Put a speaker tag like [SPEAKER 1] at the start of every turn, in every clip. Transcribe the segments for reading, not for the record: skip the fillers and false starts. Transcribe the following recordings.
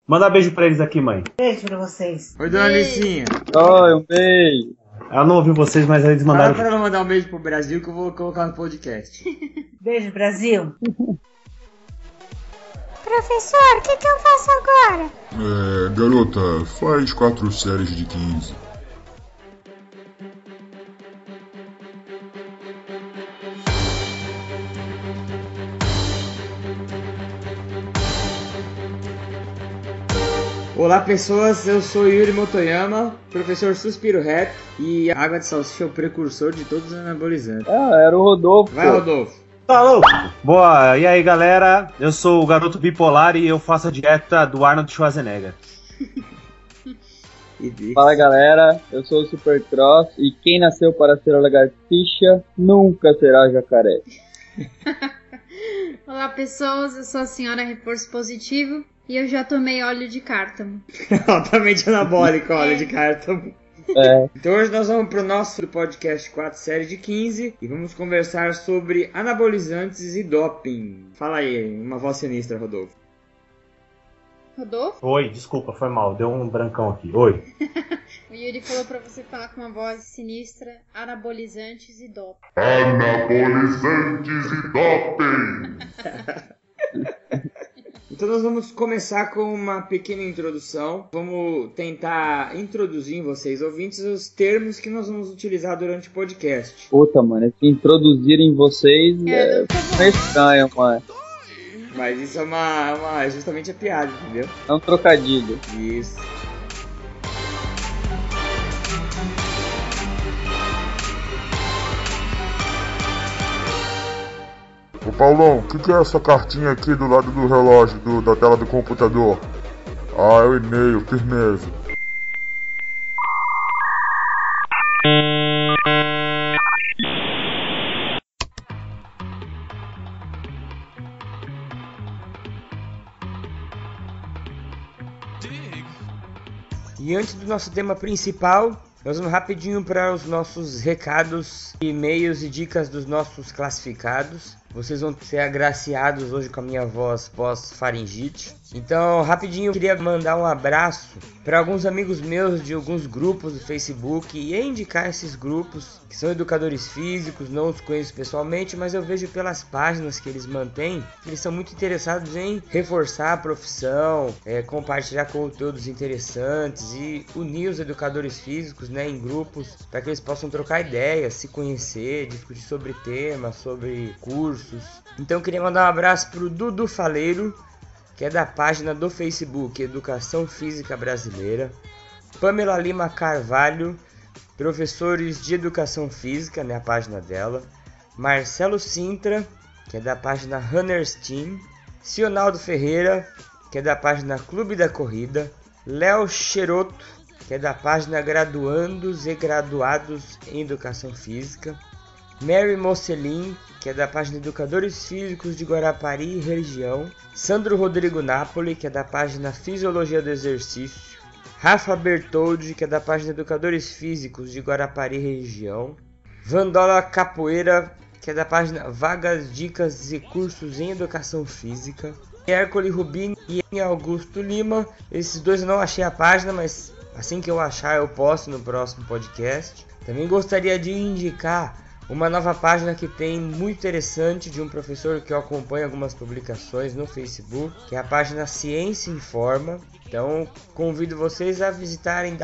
[SPEAKER 1] Manda beijo pra eles aqui, mãe.
[SPEAKER 2] Beijo pra vocês.
[SPEAKER 3] Oi, dona Alicinha.
[SPEAKER 4] Oi, um beijo.
[SPEAKER 1] Ela não ouviu vocês, mas eles mandaram.
[SPEAKER 3] Fala pra ela mandar um beijo pro Brasil que eu vou colocar no podcast.
[SPEAKER 2] Beijo, Brasil.
[SPEAKER 5] Professor, o que eu faço agora?
[SPEAKER 6] Garota, faz 4 séries de 15.
[SPEAKER 3] Olá, pessoas, eu sou Yuri Motoyama, professor Suspiro Rap, e a água de salsicha é o precursor de todos os anabolizantes.
[SPEAKER 4] Era o Rodolfo.
[SPEAKER 3] Vai, Rodolfo.
[SPEAKER 1] Falou! Boa, e aí galera, eu sou o garoto bipolar e eu faço a dieta do Arnold Schwarzenegger.
[SPEAKER 4] Fala galera, eu sou o Supercross e quem nasceu para ser a lagartixa nunca será jacaré.
[SPEAKER 5] Olá pessoas, eu sou a senhora Reforço Positivo e eu já tomei óleo de cártamo.
[SPEAKER 3] Altamente anabólico, óleo de cártamo. Então hoje nós vamos para o nosso podcast 4 série de 15 e vamos conversar sobre anabolizantes e doping. Fala aí, uma voz sinistra, Rodolfo.
[SPEAKER 5] Rodolfo?
[SPEAKER 1] Oi, desculpa, foi mal, deu um brancão aqui. Oi.
[SPEAKER 5] O Yuri falou pra você falar com uma voz sinistra, anabolizantes e doping.
[SPEAKER 6] Anabolizantes e doping!
[SPEAKER 3] Então nós vamos começar com uma pequena introdução. Vamos tentar introduzir em vocês, ouvintes, os termos que nós vamos utilizar durante o podcast.
[SPEAKER 4] Puta, mano, esse introduzirem vocês é estranho, mano.
[SPEAKER 3] Mas isso é justamente a piada, entendeu?
[SPEAKER 4] É um trocadilho.
[SPEAKER 3] Isso.
[SPEAKER 6] Ô Paulão, o que é essa cartinha aqui do lado do relógio, da tela do computador? Ah, é o e-mail, firmeza.
[SPEAKER 3] E antes do nosso tema principal, nós vamos rapidinho para os nossos recados, e-mails e dicas dos nossos classificados. Vocês vão ser agraciados hoje com a minha voz pós-faringite. Então, rapidinho, eu queria mandar um abraço para alguns amigos meus de alguns grupos do Facebook e indicar esses grupos, que são educadores físicos, não os conheço pessoalmente, mas eu vejo pelas páginas que eles mantêm, que eles são muito interessados em reforçar a profissão, compartilhar conteúdos interessantes e unir os educadores físicos, né, em grupos, para que eles possam trocar ideias, se conhecer, discutir sobre temas, sobre cursos. Então eu queria mandar um abraço pro Dudu Faleiro, que é da página do Facebook Educação Física Brasileira, Pamela Lima Carvalho, professores de Educação Física, né, a página dela, Marcelo Sintra, que é da página Runners Team, Cionaldo Ferreira, que é da página Clube da Corrida, Léo Xeroto, que é da página Graduandos e Graduados em Educação Física, Mary Mocelin, que é da página Educadores Físicos de Guarapari e Região, Sandro Rodrigo Napoli, que é da página Fisiologia do Exercício, Rafa Bertoldi, que é da página Educadores Físicos de Guarapari e Região, Vandola Capoeira, que é da página Vagas, Dicas e Cursos em Educação Física, Hércole Rubini e Augusto Lima. Esses dois eu não achei a página, mas assim que eu achar eu posto no próximo podcast. Também gostaria de indicar uma nova página que tem muito interessante de um professor que eu acompanho algumas publicações no Facebook, que é a página Ciência Informa. Então convido vocês a visitarem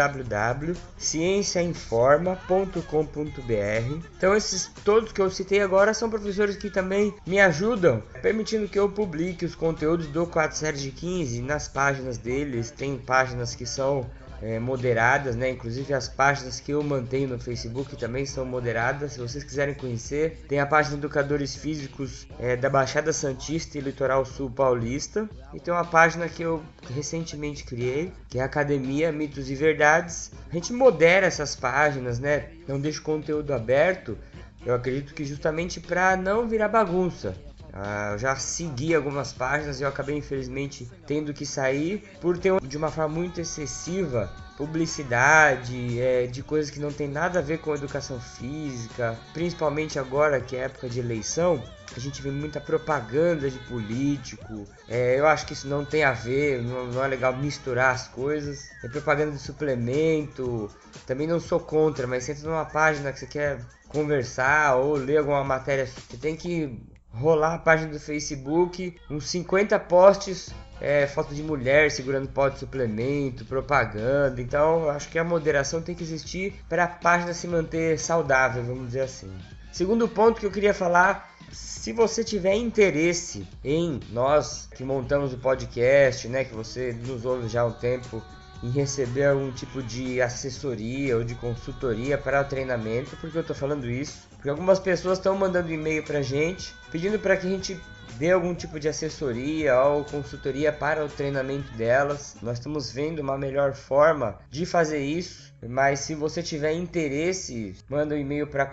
[SPEAKER 3] www.cienciainforma.com.br. Então esses todos que eu citei agora são professores que também me ajudam, permitindo que eu publique os conteúdos do 4 séries de 15 nas páginas deles. Tem páginas que são moderadas, né? Inclusive as páginas que eu mantenho no Facebook também são moderadas. Se vocês quiserem conhecer, tem a página Educadores Físicos da Baixada Santista e Litoral Sul Paulista, e tem uma página que eu recentemente criei, que é a Academia Mitos e Verdades. A gente modera essas páginas, né? Não deixa o conteúdo aberto, eu acredito que justamente para não virar bagunça. Eu já segui algumas páginas e eu acabei infelizmente tendo que sair por ter de uma forma muito excessiva publicidade de coisas que não tem nada a ver com educação física, principalmente agora que é época de eleição. A gente vê muita propaganda de político. Eu acho que isso não tem a ver, não é legal misturar as coisas. É propaganda de suplemento. Também não sou contra, mas você entra numa página que você quer conversar ou ler alguma matéria, você tem que rolar a página do Facebook, uns 50 posts, foto de mulher segurando pó de suplemento, propaganda. Então eu acho que a moderação tem que existir para a página se manter saudável, vamos dizer assim. Segundo ponto que eu queria falar: se você tiver interesse em nós que montamos o podcast, né, que você nos ouve já há um tempo, em receber algum tipo de assessoria ou de consultoria para o treinamento. Por que eu estou falando isso? Porque algumas pessoas estão mandando e-mail para a gente pedindo para que a gente dê algum tipo de assessoria ou consultoria para o treinamento delas. Nós estamos vendo uma melhor forma de fazer isso, mas se você tiver interesse, manda um e-mail para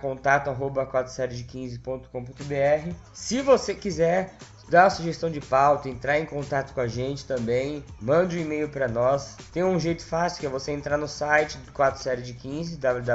[SPEAKER 3] contato@4séries15.com.br. Se você quiser dar uma sugestão de pauta, entrar em contato com a gente também, mande um e-mail para nós. Tem um jeito fácil, que é você entrar no site do 4 Série de 15,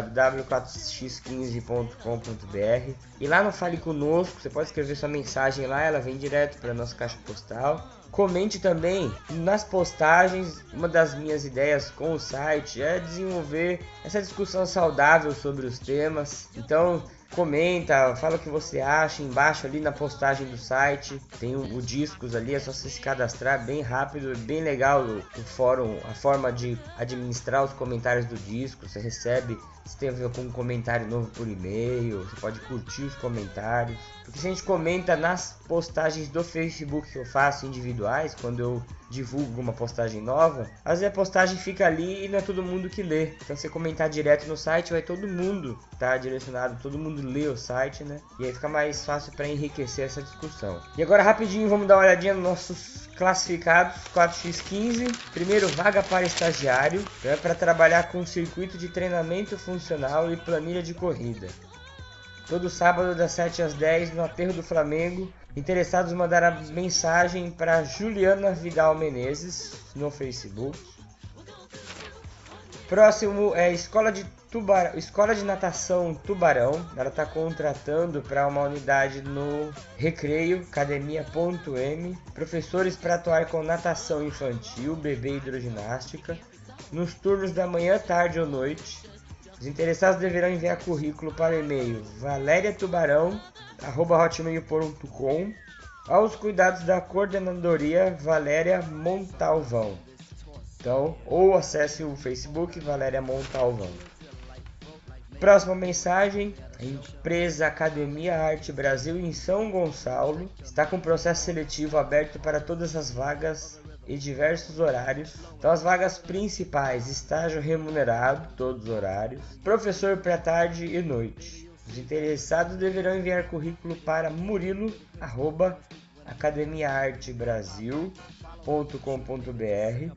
[SPEAKER 3] www.4x15.com.br, e lá no Fale Conosco, você pode escrever sua mensagem lá, ela vem direto para nossa caixa postal. Comente também nas postagens. Uma das minhas ideias com o site é desenvolver essa discussão saudável sobre os temas. Então comenta, fala o que você acha embaixo ali na postagem do site. Tem o Discos ali, é só você se cadastrar, bem rápido, bem legal o fórum, a forma de administrar os comentários do Disco. Você recebe, se tem algum comentário novo por e-mail, você pode curtir os comentários. Porque se a gente comenta nas postagens do Facebook que eu faço individuais, quando eu divulgo uma postagem nova, às vezes a postagem fica ali e não é todo mundo que lê. Então se comentar direto no site, vai todo mundo tá direcionado, todo mundo lê o site, né? E aí fica mais fácil para enriquecer essa discussão. E agora rapidinho vamos dar uma olhadinha nos nossos classificados 4x15. Primeiro, vaga para estagiário, né, para trabalhar com circuito de treinamento funcional e planilha de corrida. Todo sábado das 7 às 10 no Aterro do Flamengo. Interessados mandar a mensagem para Juliana Vidal Menezes no Facebook. Próximo é Escola de Natação Tubarão. Ela está contratando para uma unidade no Recreio, academia.m. Professores para atuar com natação infantil, bebê e hidroginástica, nos turnos da manhã, tarde ou noite. Os interessados deverão enviar currículo para o e-mail valeriatubarão@hotmail.com, aos cuidados da coordenadoria Valéria Montalvão. Então, ou acesse o Facebook Valéria Montalvão. Próxima mensagem: a empresa Academia Arte Brasil em São Gonçalo está com processo seletivo aberto para todas as vagas e diversos horários. Então as vagas principais: estágio remunerado, todos os horários, professor para tarde e noite. Os interessados deverão enviar currículo para murilo@academiaartebrasil.com.br,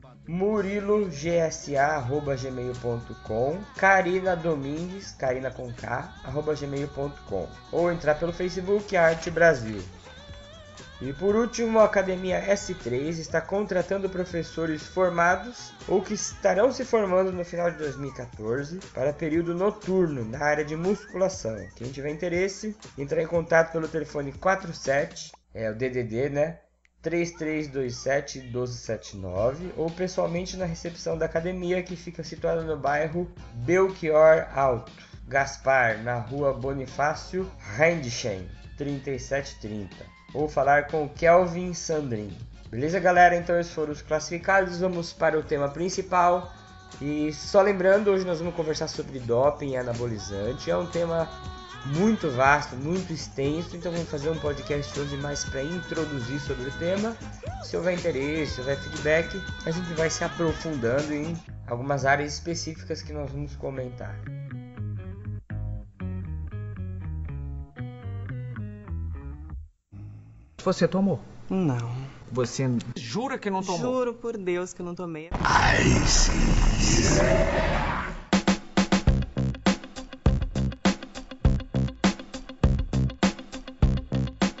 [SPEAKER 3] murilogsa@gmail.com, Karina Domingues, Karina com K, @gmail.com, ou entrar pelo Facebook Arte Brasil. E por último, a Academia S3 está contratando professores formados ou que estarão se formando no final de 2014 para período noturno na área de musculação. Quem tiver interesse, entrar em contato pelo telefone 47, o DDD, né? 3327-1279, ou pessoalmente na recepção da academia, que fica situada no bairro Belchior Alto, Gaspar, na rua Bonifácio Rendchen, 3730. Ou falar com Kelvin Sandrin. Beleza, galera? Então esses foram os classificados. Vamos para o tema principal. E só lembrando, hoje nós vamos conversar sobre doping e anabolizante. É um tema muito vasto, muito extenso. Então vamos fazer um podcast hoje mais para introduzir sobre o tema. Se houver interesse, se houver feedback, a gente vai se aprofundando em algumas áreas específicas que nós vamos comentar.
[SPEAKER 7] Você tomou?
[SPEAKER 8] Não.
[SPEAKER 7] Você jura que não tomou?
[SPEAKER 8] Juro por Deus que eu não tomei.
[SPEAKER 6] Ai, sim.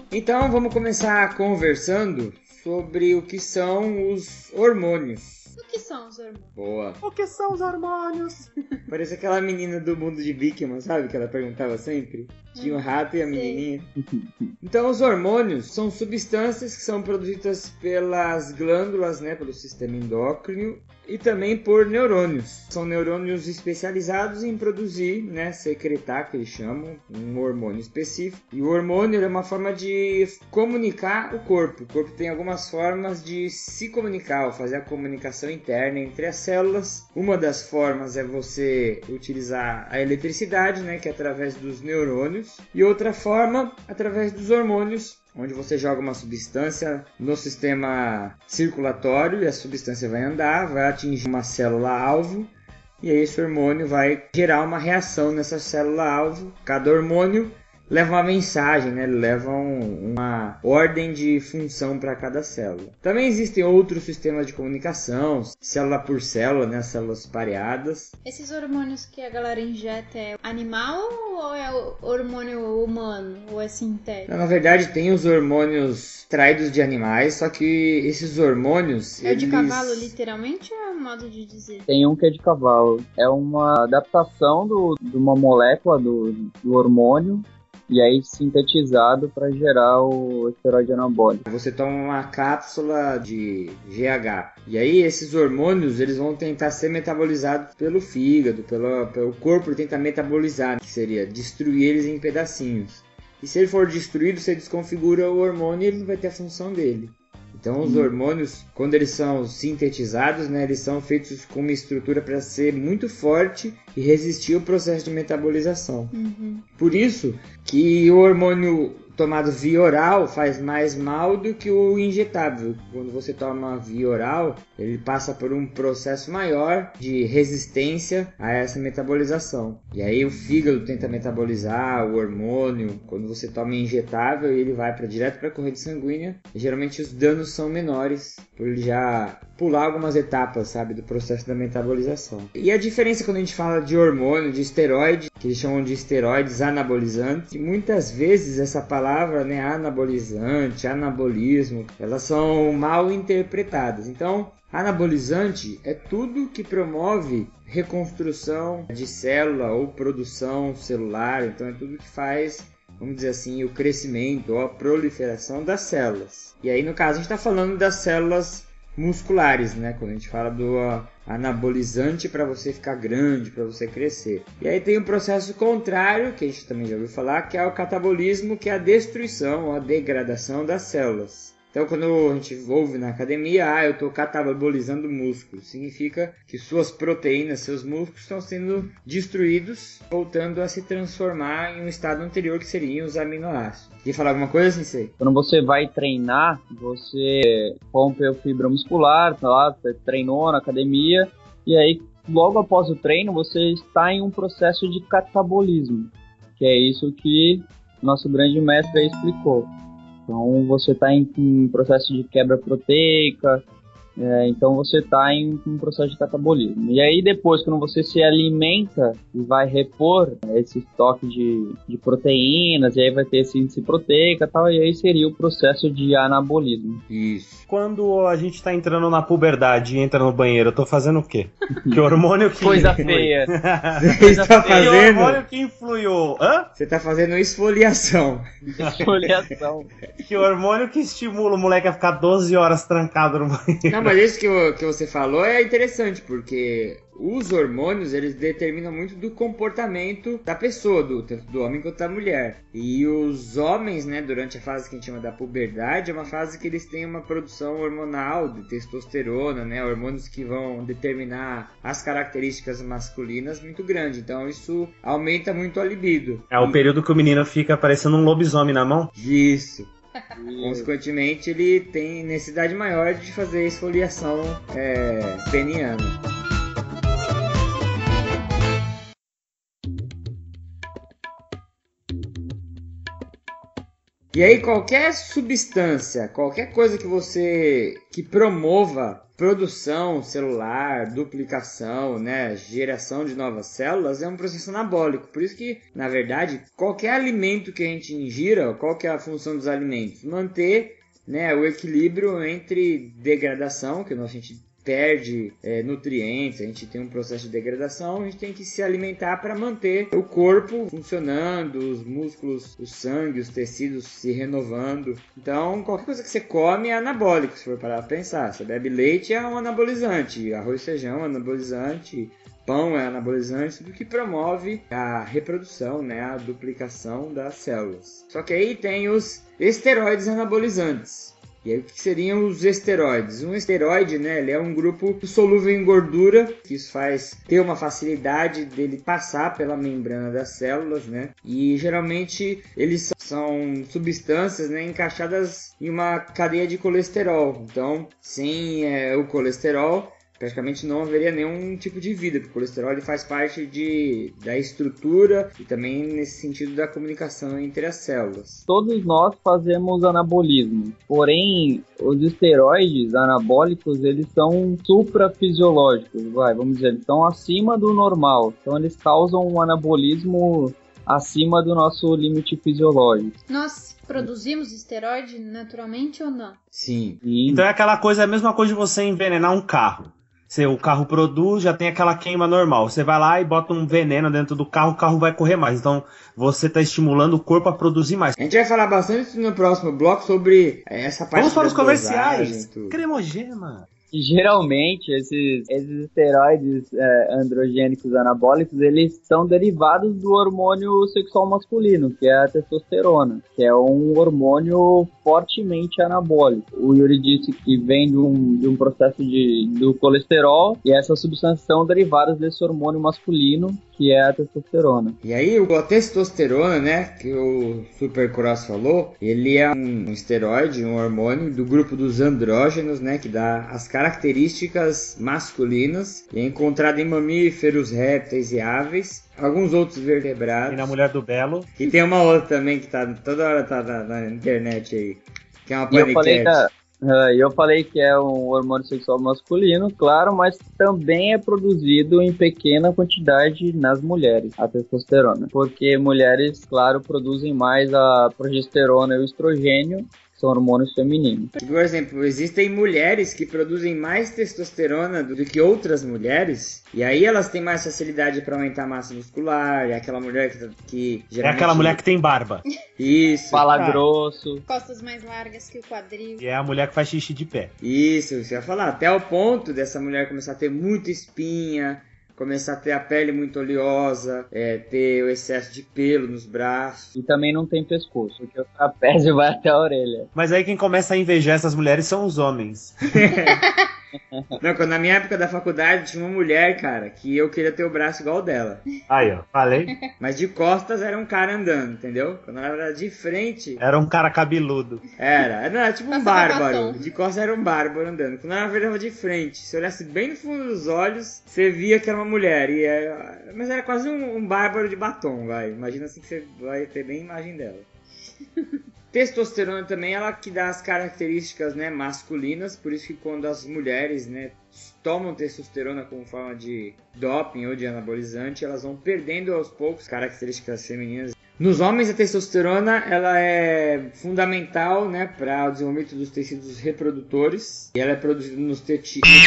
[SPEAKER 3] Então vamos começar conversando sobre o que são os hormônios.
[SPEAKER 5] O que são os hormônios?
[SPEAKER 3] Boa.
[SPEAKER 1] O que são os hormônios?
[SPEAKER 3] Parece aquela menina do mundo de Bikman, sabe? Que ela perguntava sempre. Tinha o rato e a menininha. Então, os hormônios são substâncias que são produzidas pelas glândulas, né? Pelo sistema endócrino e também por neurônios. São neurônios especializados em produzir, né? Secretar, que eles chamam, um hormônio específico. E o hormônio é uma forma de comunicar o corpo. O corpo tem algumas formas de se comunicar, ou fazer a comunicação interna entre as células. Uma das formas é você utilizar a eletricidade, né, que é através dos neurônios, e outra forma através dos hormônios, onde você joga uma substância no sistema circulatório e a substância vai andar, vai atingir uma célula-alvo, e aí esse hormônio vai gerar uma reação nessa célula-alvo. Cada hormônio leva uma mensagem, né? Leva uma ordem de função para cada célula. Também existem outros sistemas de comunicação, célula por célula, né? Células pareadas.
[SPEAKER 5] Esses hormônios que a galera injeta é animal ou é hormônio humano? Ou é sintético?
[SPEAKER 3] Na verdade, tem os hormônios extraídos de animais, só que esses hormônios...
[SPEAKER 5] É o de cavalo, literalmente, ou é um modo de dizer?
[SPEAKER 4] Tem um que é de cavalo. É uma adaptação de uma molécula do hormônio, e aí sintetizado para gerar o esteroide anabólico.
[SPEAKER 3] Você toma uma cápsula de GH, e aí esses hormônios eles vão tentar ser metabolizados pelo fígado, pelo corpo, ele tenta metabolizar, que seria destruir eles em pedacinhos. E se ele for destruído, você desconfigura o hormônio e ele não vai ter a função dele. Então os hormônios, quando eles são sintetizados, né, eles são feitos com uma estrutura para ser muito forte e resistir ao processo de metabolização. Por isso que o hormônio tomado via oral faz mais mal do que o injetável. Quando você toma via oral, ele passa por um processo maior de resistência a essa metabolização. E aí o fígado tenta metabolizar o hormônio. Quando você toma injetável, ele vai direto para a corrente sanguínea. E geralmente os danos são menores, por ele já pular algumas etapas, sabe, do processo da metabolização. E a diferença quando a gente fala de hormônio, de esteroide, que eles chamam de esteroides anabolizantes, e muitas vezes essa palavra, né, anabolizante, anabolismo, elas são mal interpretadas. Então, anabolizante é tudo que promove reconstrução de célula ou produção celular, então é tudo que faz, vamos dizer assim, o crescimento ou a proliferação das células. E aí, no caso, a gente está falando das células musculares, né? Quando a gente fala do anabolizante para você ficar grande, para você crescer. E aí tem um processo contrário, que a gente também já ouviu falar, que é o catabolismo, que é a destruição ou a degradação das células. Então, quando a gente ouve na academia, eu estou catabolizando músculo, significa que suas proteínas, seus músculos estão sendo destruídos, voltando a se transformar em um estado anterior, que seriam os aminoácidos. Quer falar alguma coisa, Sensei?
[SPEAKER 4] Quando você vai treinar, você rompeu fibra muscular, tá lá, você treinou na academia, e aí, logo após o treino, você está em um processo de catabolismo, que é isso que nosso grande mestre aí explicou. Então você está em um processo de quebra proteica, então você está em um processo de catabolismo. E aí depois, quando você se alimenta e vai repor esse estoque de proteínas, e aí vai ter esse índice proteico e tal, e aí seria o processo de anabolismo.
[SPEAKER 3] Isso.
[SPEAKER 1] Quando a gente tá entrando na puberdade e entra no banheiro, eu tô fazendo o quê? Que hormônio que...
[SPEAKER 4] Coisa feia.
[SPEAKER 3] Você está
[SPEAKER 1] Que
[SPEAKER 3] fazendo...
[SPEAKER 1] hormônio que influiu... Hã?
[SPEAKER 3] Você está fazendo esfoliação.
[SPEAKER 4] Esfoliação.
[SPEAKER 1] Que hormônio que estimula o moleque a ficar 12 horas trancado no banheiro?
[SPEAKER 3] Não, mas isso que você falou é interessante, porque os hormônios, eles determinam muito do comportamento da pessoa, tanto do homem quanto da mulher. E os homens, né, durante a fase que a gente chama da puberdade, é uma fase que eles têm uma produção hormonal de testosterona, né, hormônios que vão determinar as características masculinas muito grande. Então isso aumenta muito a libido.
[SPEAKER 1] É o período que o menino fica parecendo um lobisomem na mão?
[SPEAKER 3] Isso. Consequentemente, ele tem necessidade maior de fazer esfoliação peniana. E aí qualquer substância, qualquer coisa que promova produção celular, duplicação, né, geração de novas células, é um processo anabólico. Por isso que, na verdade, qualquer alimento que a gente ingira, qual que é a função dos alimentos? Manter, né, o equilíbrio entre degradação, que a gente perde nutrientes, a gente tem um processo de degradação, a gente tem que se alimentar para manter o corpo funcionando, os músculos, o sangue, os tecidos se renovando. Então, qualquer coisa que você come é anabólico, se for parar para pensar. Você bebe leite, é um anabolizante, arroz e feijão é um anabolizante, pão é anabolizante, tudo que promove a reprodução, né, a duplicação das células. Só que aí tem os esteroides anabolizantes. E aí, o que seriam os esteroides? Um esteroide, né, ele é um grupo solúvel em gordura, que isso faz ter uma facilidade dele passar pela membrana das células, né? E geralmente eles são substâncias, né, encaixadas em uma cadeia de colesterol. Então, sem o colesterol, praticamente não haveria nenhum tipo de vida, porque o colesterol ele faz parte da estrutura e também nesse sentido da comunicação entre as células.
[SPEAKER 4] Todos nós fazemos anabolismo, porém os esteroides anabólicos eles são suprafisiológicos, vamos dizer, eles estão acima do normal, então eles causam um anabolismo acima do nosso limite fisiológico.
[SPEAKER 5] Nós produzimos esteroide naturalmente ou não?
[SPEAKER 3] Sim.
[SPEAKER 1] Então é aquela coisa, é a mesma coisa de você envenenar um carro. O carro produz, já tem aquela queima normal. Você vai lá e bota um veneno dentro do carro, o carro vai correr mais. Então, você está estimulando o corpo a produzir mais.
[SPEAKER 3] A gente vai falar bastante no próximo bloco sobre essa parte.
[SPEAKER 1] Vamos para os comerciais.
[SPEAKER 3] Dosagem,
[SPEAKER 1] Cremogema.
[SPEAKER 4] E geralmente esses esteroides androgênicos anabólicos, eles são derivados do hormônio sexual masculino, que é a testosterona, que é um hormônio fortemente anabólico. O Yuri disse que vem de um processo do colesterol, e essas substâncias são derivadas desse hormônio masculino, que é a testosterona.
[SPEAKER 3] E aí a testosterona, né, que o Supercross falou, ele é um esteroide, um hormônio do grupo dos andrógenos, né, que dá as características masculinas, e é encontrado em mamíferos, répteis e aves, alguns outros vertebrados.
[SPEAKER 1] E na mulher do Belo.
[SPEAKER 3] E tem uma outra também que toda hora tá na internet aí, que é uma paniquete.
[SPEAKER 4] Eu falei que é um hormônio sexual masculino, claro, mas também é produzido em pequena quantidade nas mulheres, a testosterona. Porque mulheres, claro, produzem mais a progesterona e o estrogênio, que são hormônios femininos.
[SPEAKER 3] Por exemplo, existem mulheres que produzem mais testosterona do que outras mulheres, e aí elas têm mais facilidade para aumentar a massa muscular, é aquela mulher que geralmente...
[SPEAKER 1] É aquela mulher que tem barba.
[SPEAKER 3] Isso.
[SPEAKER 4] Fala grosso.
[SPEAKER 5] Costas mais largas que o quadril.
[SPEAKER 1] E é a mulher que faz xixi de pé.
[SPEAKER 3] Isso, você vai falar, até o ponto dessa mulher começar a ter muita espinha, começar a ter a pele muito oleosa, ter o excesso de pelo nos braços.
[SPEAKER 4] E também não tem pescoço, porque o trapézio vai até a orelha.
[SPEAKER 1] Mas aí quem começa a invejar essas mulheres são os homens.
[SPEAKER 3] Não, quando na minha época da faculdade tinha uma mulher, cara, que eu queria ter o braço igual dela.
[SPEAKER 1] Aí, ó, falei.
[SPEAKER 3] Mas de costas era um cara andando, entendeu? Quando ela era de frente...
[SPEAKER 1] Era um cara cabeludo.
[SPEAKER 3] Era tipo um bárbaro. De costas era um bárbaro andando. Quando ela virava de frente, se olhasse bem no fundo dos olhos, você via que era uma mulher. Mas era quase um bárbaro de batom, vai. Imagina assim que você vai ter bem a imagem dela. Testosterona também, ela que dá as características, né, masculinas, por isso que quando as mulheres, né, tomam testosterona como forma de doping ou de anabolizante, elas vão perdendo aos poucos características femininas. Nos homens, a testosterona ela é fundamental, né, para o desenvolvimento dos tecidos reprodutores, e ela é produzida nos testículos.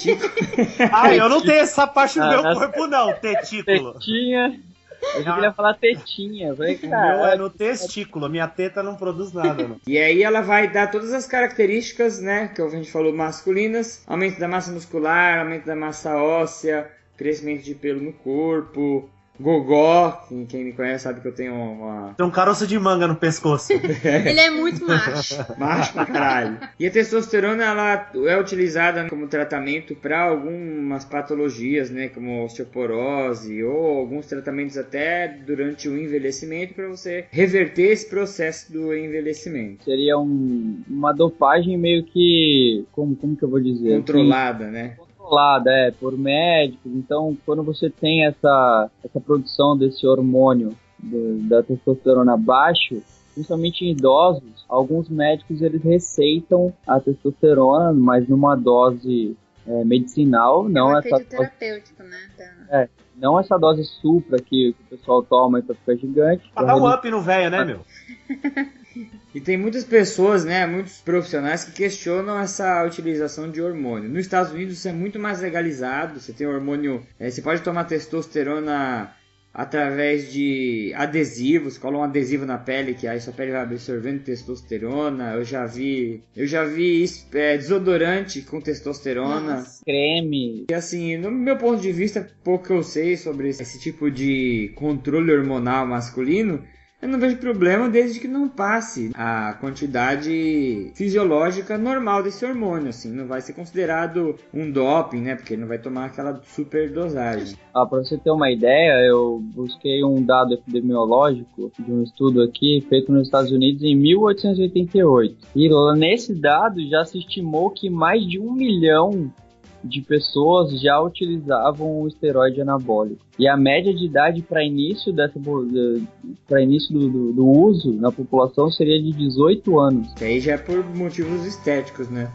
[SPEAKER 1] Eu não tenho essa parte do meu corpo não, testículo.
[SPEAKER 4] Tetinha. Eu já queria falar tetinha. Falei,
[SPEAKER 1] o meu é no testículo, minha teta não produz nada. Não.
[SPEAKER 3] E aí ela vai dar todas as características, né, que a gente falou, masculinas, aumento da massa muscular, aumento da massa óssea, crescimento de pelo no corpo, gogó, quem me conhece sabe que eu tenho
[SPEAKER 1] tem um caroço de manga no pescoço.
[SPEAKER 5] Ele é muito macho.
[SPEAKER 3] Macho pra caralho. E a testosterona, ela é utilizada como tratamento para algumas patologias, né, como osteoporose ou alguns tratamentos até durante o envelhecimento para você reverter esse processo do envelhecimento.
[SPEAKER 4] Seria uma dopagem meio que, como que eu vou dizer?
[SPEAKER 3] Controlada, né?
[SPEAKER 4] Controlada, por médicos. Então, quando você tem essa produção desse hormônio da testosterona baixo, principalmente em idosos, alguns médicos eles receitam a testosterona, mas numa dose medicinal, não essa
[SPEAKER 5] efeito terapêutico, né?
[SPEAKER 4] Não essa dose supra que o pessoal toma pra ficar gigante.
[SPEAKER 1] Pra dar um up no velho, né, meu?
[SPEAKER 3] E tem muitas pessoas, né, muitos profissionais que questionam essa utilização de hormônio. Nos Estados Unidos isso é muito mais legalizado. Você tem hormônio, você pode tomar testosterona através de adesivos, cola um adesivo na pele que aí sua pele vai absorvendo testosterona. Eu já vi desodorante com testosterona.
[SPEAKER 4] Nossa. Creme.
[SPEAKER 3] E assim, no meu ponto de vista, pouco eu sei sobre esse tipo de controle hormonal masculino. Eu não vejo problema desde que não passe a quantidade fisiológica normal desse hormônio, assim, não vai ser considerado um doping, né, porque ele não vai tomar aquela super dosagem.
[SPEAKER 4] Para você ter uma ideia, eu busquei um dado epidemiológico de um estudo aqui feito nos Estados Unidos em 1888. E nesse dado já se estimou que mais de 1 milhão de pessoas já utilizavam o esteroide anabólico. E a média de idade para início do uso na população seria de 18 anos.
[SPEAKER 3] Que aí já é por motivos estéticos, né?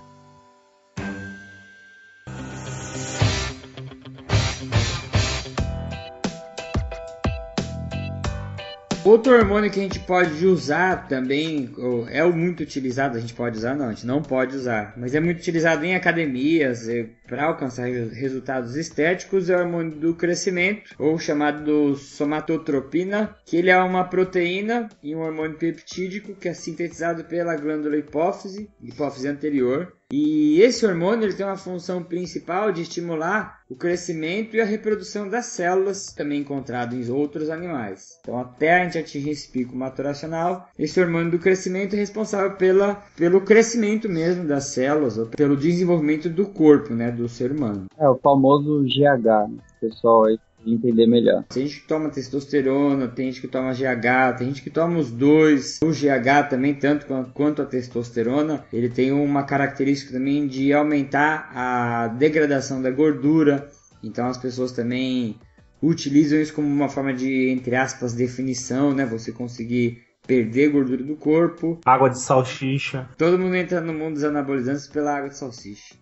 [SPEAKER 3] Outro hormônio que a gente pode usar também, é muito utilizado, a gente pode usar não, a gente não pode usar, mas é muito utilizado em academias para alcançar resultados estéticos, é o hormônio do crescimento, ou chamado somatotropina, que ele é uma proteína e um hormônio peptídico que é sintetizado pela glândula hipófise anterior. E esse hormônio ele tem uma função principal de estimular o crescimento e a reprodução das células, também encontrado em outros animais. Então, até a gente atingir esse pico maturacional, esse hormônio do crescimento é responsável pelo crescimento mesmo das células, ou pelo desenvolvimento do corpo, né, do ser humano.
[SPEAKER 4] É o famoso GH, né? Pessoal aí entender melhor.
[SPEAKER 3] Tem gente que toma testosterona, tem gente que toma GH, tem gente que toma os dois. O GH também, tanto quanto a testosterona, ele tem uma característica também de aumentar a degradação da gordura. Então as pessoas também utilizam isso como uma forma de, entre aspas, definição, né? Você conseguir perder gordura do corpo.
[SPEAKER 1] Água de salsicha.
[SPEAKER 3] Todo mundo entra no mundo dos anabolizantes pela água de salsicha.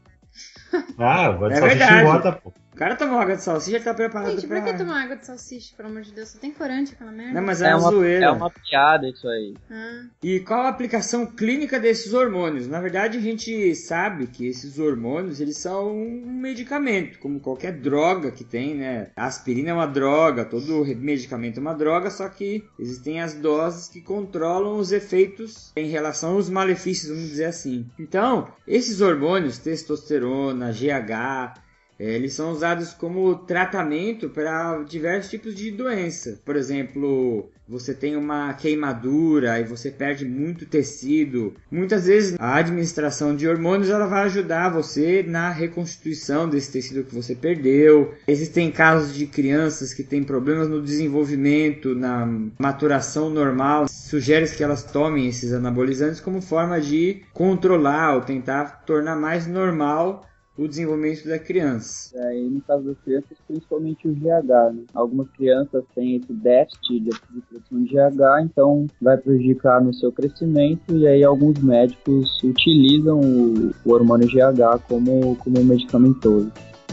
[SPEAKER 1] Água de salsicha engorda, pô.
[SPEAKER 3] O cara tomou água de salsicha e tá preparado
[SPEAKER 5] Gente, por que tomar água de salsicha, pelo amor de Deus? Só tem corante aquela merda.
[SPEAKER 3] Não, mas é uma zoeira.
[SPEAKER 4] É uma piada isso aí.
[SPEAKER 3] E qual a aplicação clínica desses hormônios? Na verdade, a gente sabe que esses hormônios, eles são um medicamento, como qualquer droga que tem, né? A aspirina é uma droga, todo medicamento é uma droga, só que existem as doses que controlam os efeitos em relação aos malefícios, vamos dizer assim. Então, esses hormônios, testosterona, GH... eles são usados como tratamento para diversos tipos de doença. Por exemplo, você tem uma queimadura e você perde muito tecido. Muitas vezes a administração de hormônios ela vai ajudar você na reconstituição desse tecido que você perdeu. Existem casos de crianças que têm problemas no desenvolvimento, na maturação normal. Sugere que elas tomem esses anabolizantes como forma de controlar ou tentar tornar mais normal o desenvolvimento da criança.
[SPEAKER 4] E no caso das crianças, principalmente o GH, né? Algumas crianças têm esse déficit de produção de GH, então vai prejudicar no seu crescimento, e aí alguns médicos utilizam o hormônio GH como medicamentoso.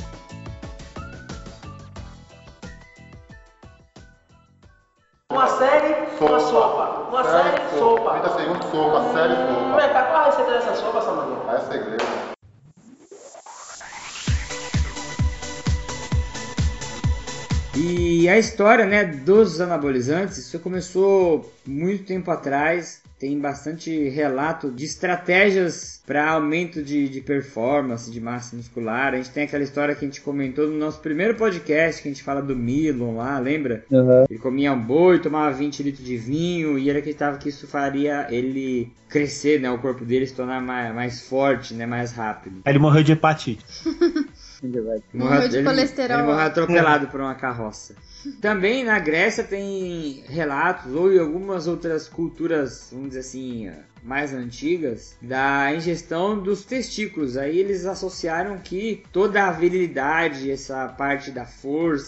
[SPEAKER 9] Uma série, uma sopa. Uma série, sopa.
[SPEAKER 6] 30 segundos, sopa. Série, sopa.
[SPEAKER 9] Vem cá, qual a receita dessa sopa, Samuel?
[SPEAKER 6] É segredo.
[SPEAKER 3] E a história, né, dos anabolizantes, isso começou muito tempo atrás. Tem bastante relato de estratégias para aumento de performance, de massa muscular. A gente tem aquela história que a gente comentou no nosso primeiro podcast, que a gente fala do Milon lá, lembra?
[SPEAKER 4] Uhum.
[SPEAKER 3] Ele comia um boi, tomava 20 litros de vinho e ele acreditava que isso faria ele crescer, né, o corpo dele se tornar mais forte, né, mais rápido.
[SPEAKER 1] Ele morreu de hepatite.
[SPEAKER 5] Morreu de colesterol.
[SPEAKER 3] Ele morreu atropelado por uma carroça. Também na Grécia tem relatos, ou em algumas outras culturas, vamos dizer assim, mais antigas, da ingestão dos testículos. Aí eles associaram que toda a virilidade, essa parte da força,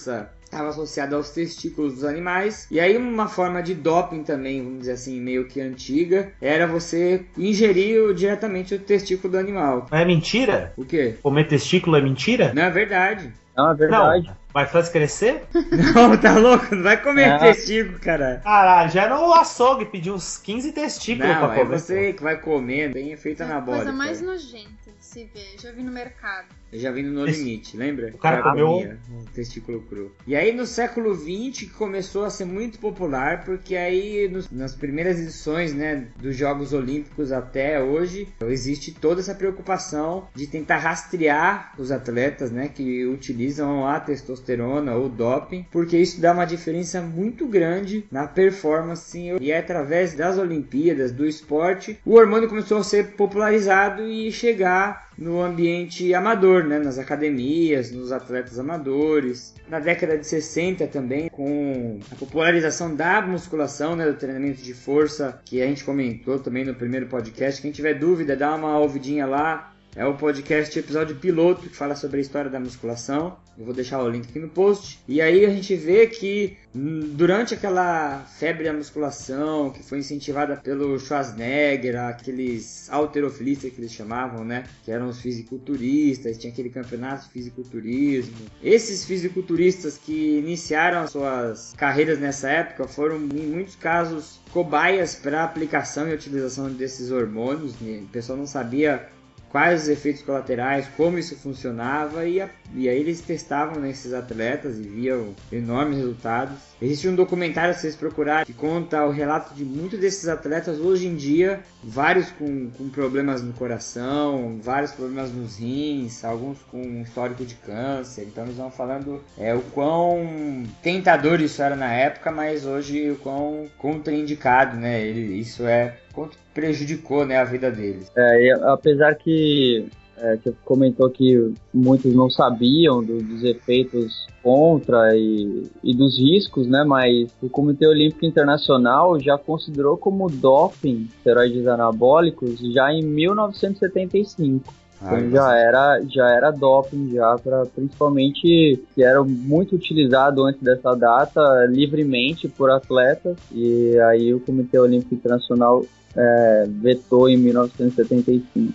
[SPEAKER 3] estava associado aos testículos dos animais. E aí uma forma de doping também, vamos dizer assim, meio que antiga, era você ingerir diretamente o testículo do animal.
[SPEAKER 1] Mas é mentira?
[SPEAKER 3] O quê?
[SPEAKER 1] Comer testículo é mentira?
[SPEAKER 3] Não, é verdade.
[SPEAKER 4] Não, é verdade.
[SPEAKER 1] Não. Vai fazer crescer?
[SPEAKER 3] Não, tá louco? Não vai comer testículo, cara.
[SPEAKER 1] Caralho, já era no açougue pedir uns 15 testículos
[SPEAKER 3] Não,
[SPEAKER 1] pra comer.
[SPEAKER 3] é você que vai comer, tem efeito anabólico.
[SPEAKER 5] Coisa mais nojenta de se ver. Já vi no mercado.
[SPEAKER 3] Eu já vi no Limite, lembra?
[SPEAKER 1] O cara comeu
[SPEAKER 3] um testículo cru. E aí no século XX começou a ser muito popular, porque aí nas primeiras edições, né, dos Jogos Olímpicos até hoje, existe toda essa preocupação de tentar rastrear os atletas, né, que utilizam a testosterona ou doping, porque isso dá uma diferença muito grande na performance. E é através das Olimpíadas, do esporte, o hormônio começou a ser popularizado e chegar no ambiente amador, né? Nas academias, nos atletas amadores. Na década de 60 também, com a popularização da musculação, né? Do treinamento de força, que a gente comentou também no primeiro podcast. Quem tiver dúvida, dá uma ouvidinha lá. É o podcast episódio piloto que fala sobre a história da musculação. Eu vou deixar o link aqui no post. E aí a gente vê que durante aquela febre da musculação que foi incentivada pelo Schwarzenegger, aqueles halterofilistas que eles chamavam, né? Que eram os fisiculturistas, tinha aquele campeonato de fisiculturismo. Esses fisiculturistas que iniciaram as suas carreiras nessa época foram, em muitos casos, cobaias para aplicação e utilização desses hormônios. O pessoal não sabia quais os efeitos colaterais, como isso funcionava, e aí eles testavam nesses atletas e viam enormes resultados. Existe um documentário, se vocês procurarem, que conta o relato de muitos desses atletas hoje em dia, vários com problemas no coração, vários problemas nos rins, alguns com histórico de câncer. Então eles vão falando o quão tentador isso era na época, mas hoje o quão contraindicado, né? Isso quanto prejudicou, né, a vida deles.
[SPEAKER 4] Apesar que você comentou que muitos não sabiam dos efeitos contra e dos riscos, né? Mas o Comitê Olímpico Internacional já considerou como doping esteroides anabólicos já em 1975. Então já era doping, principalmente que era muito utilizado antes dessa data livremente por atletas, e aí o Comitê Olímpico Internacional vetou em 1975.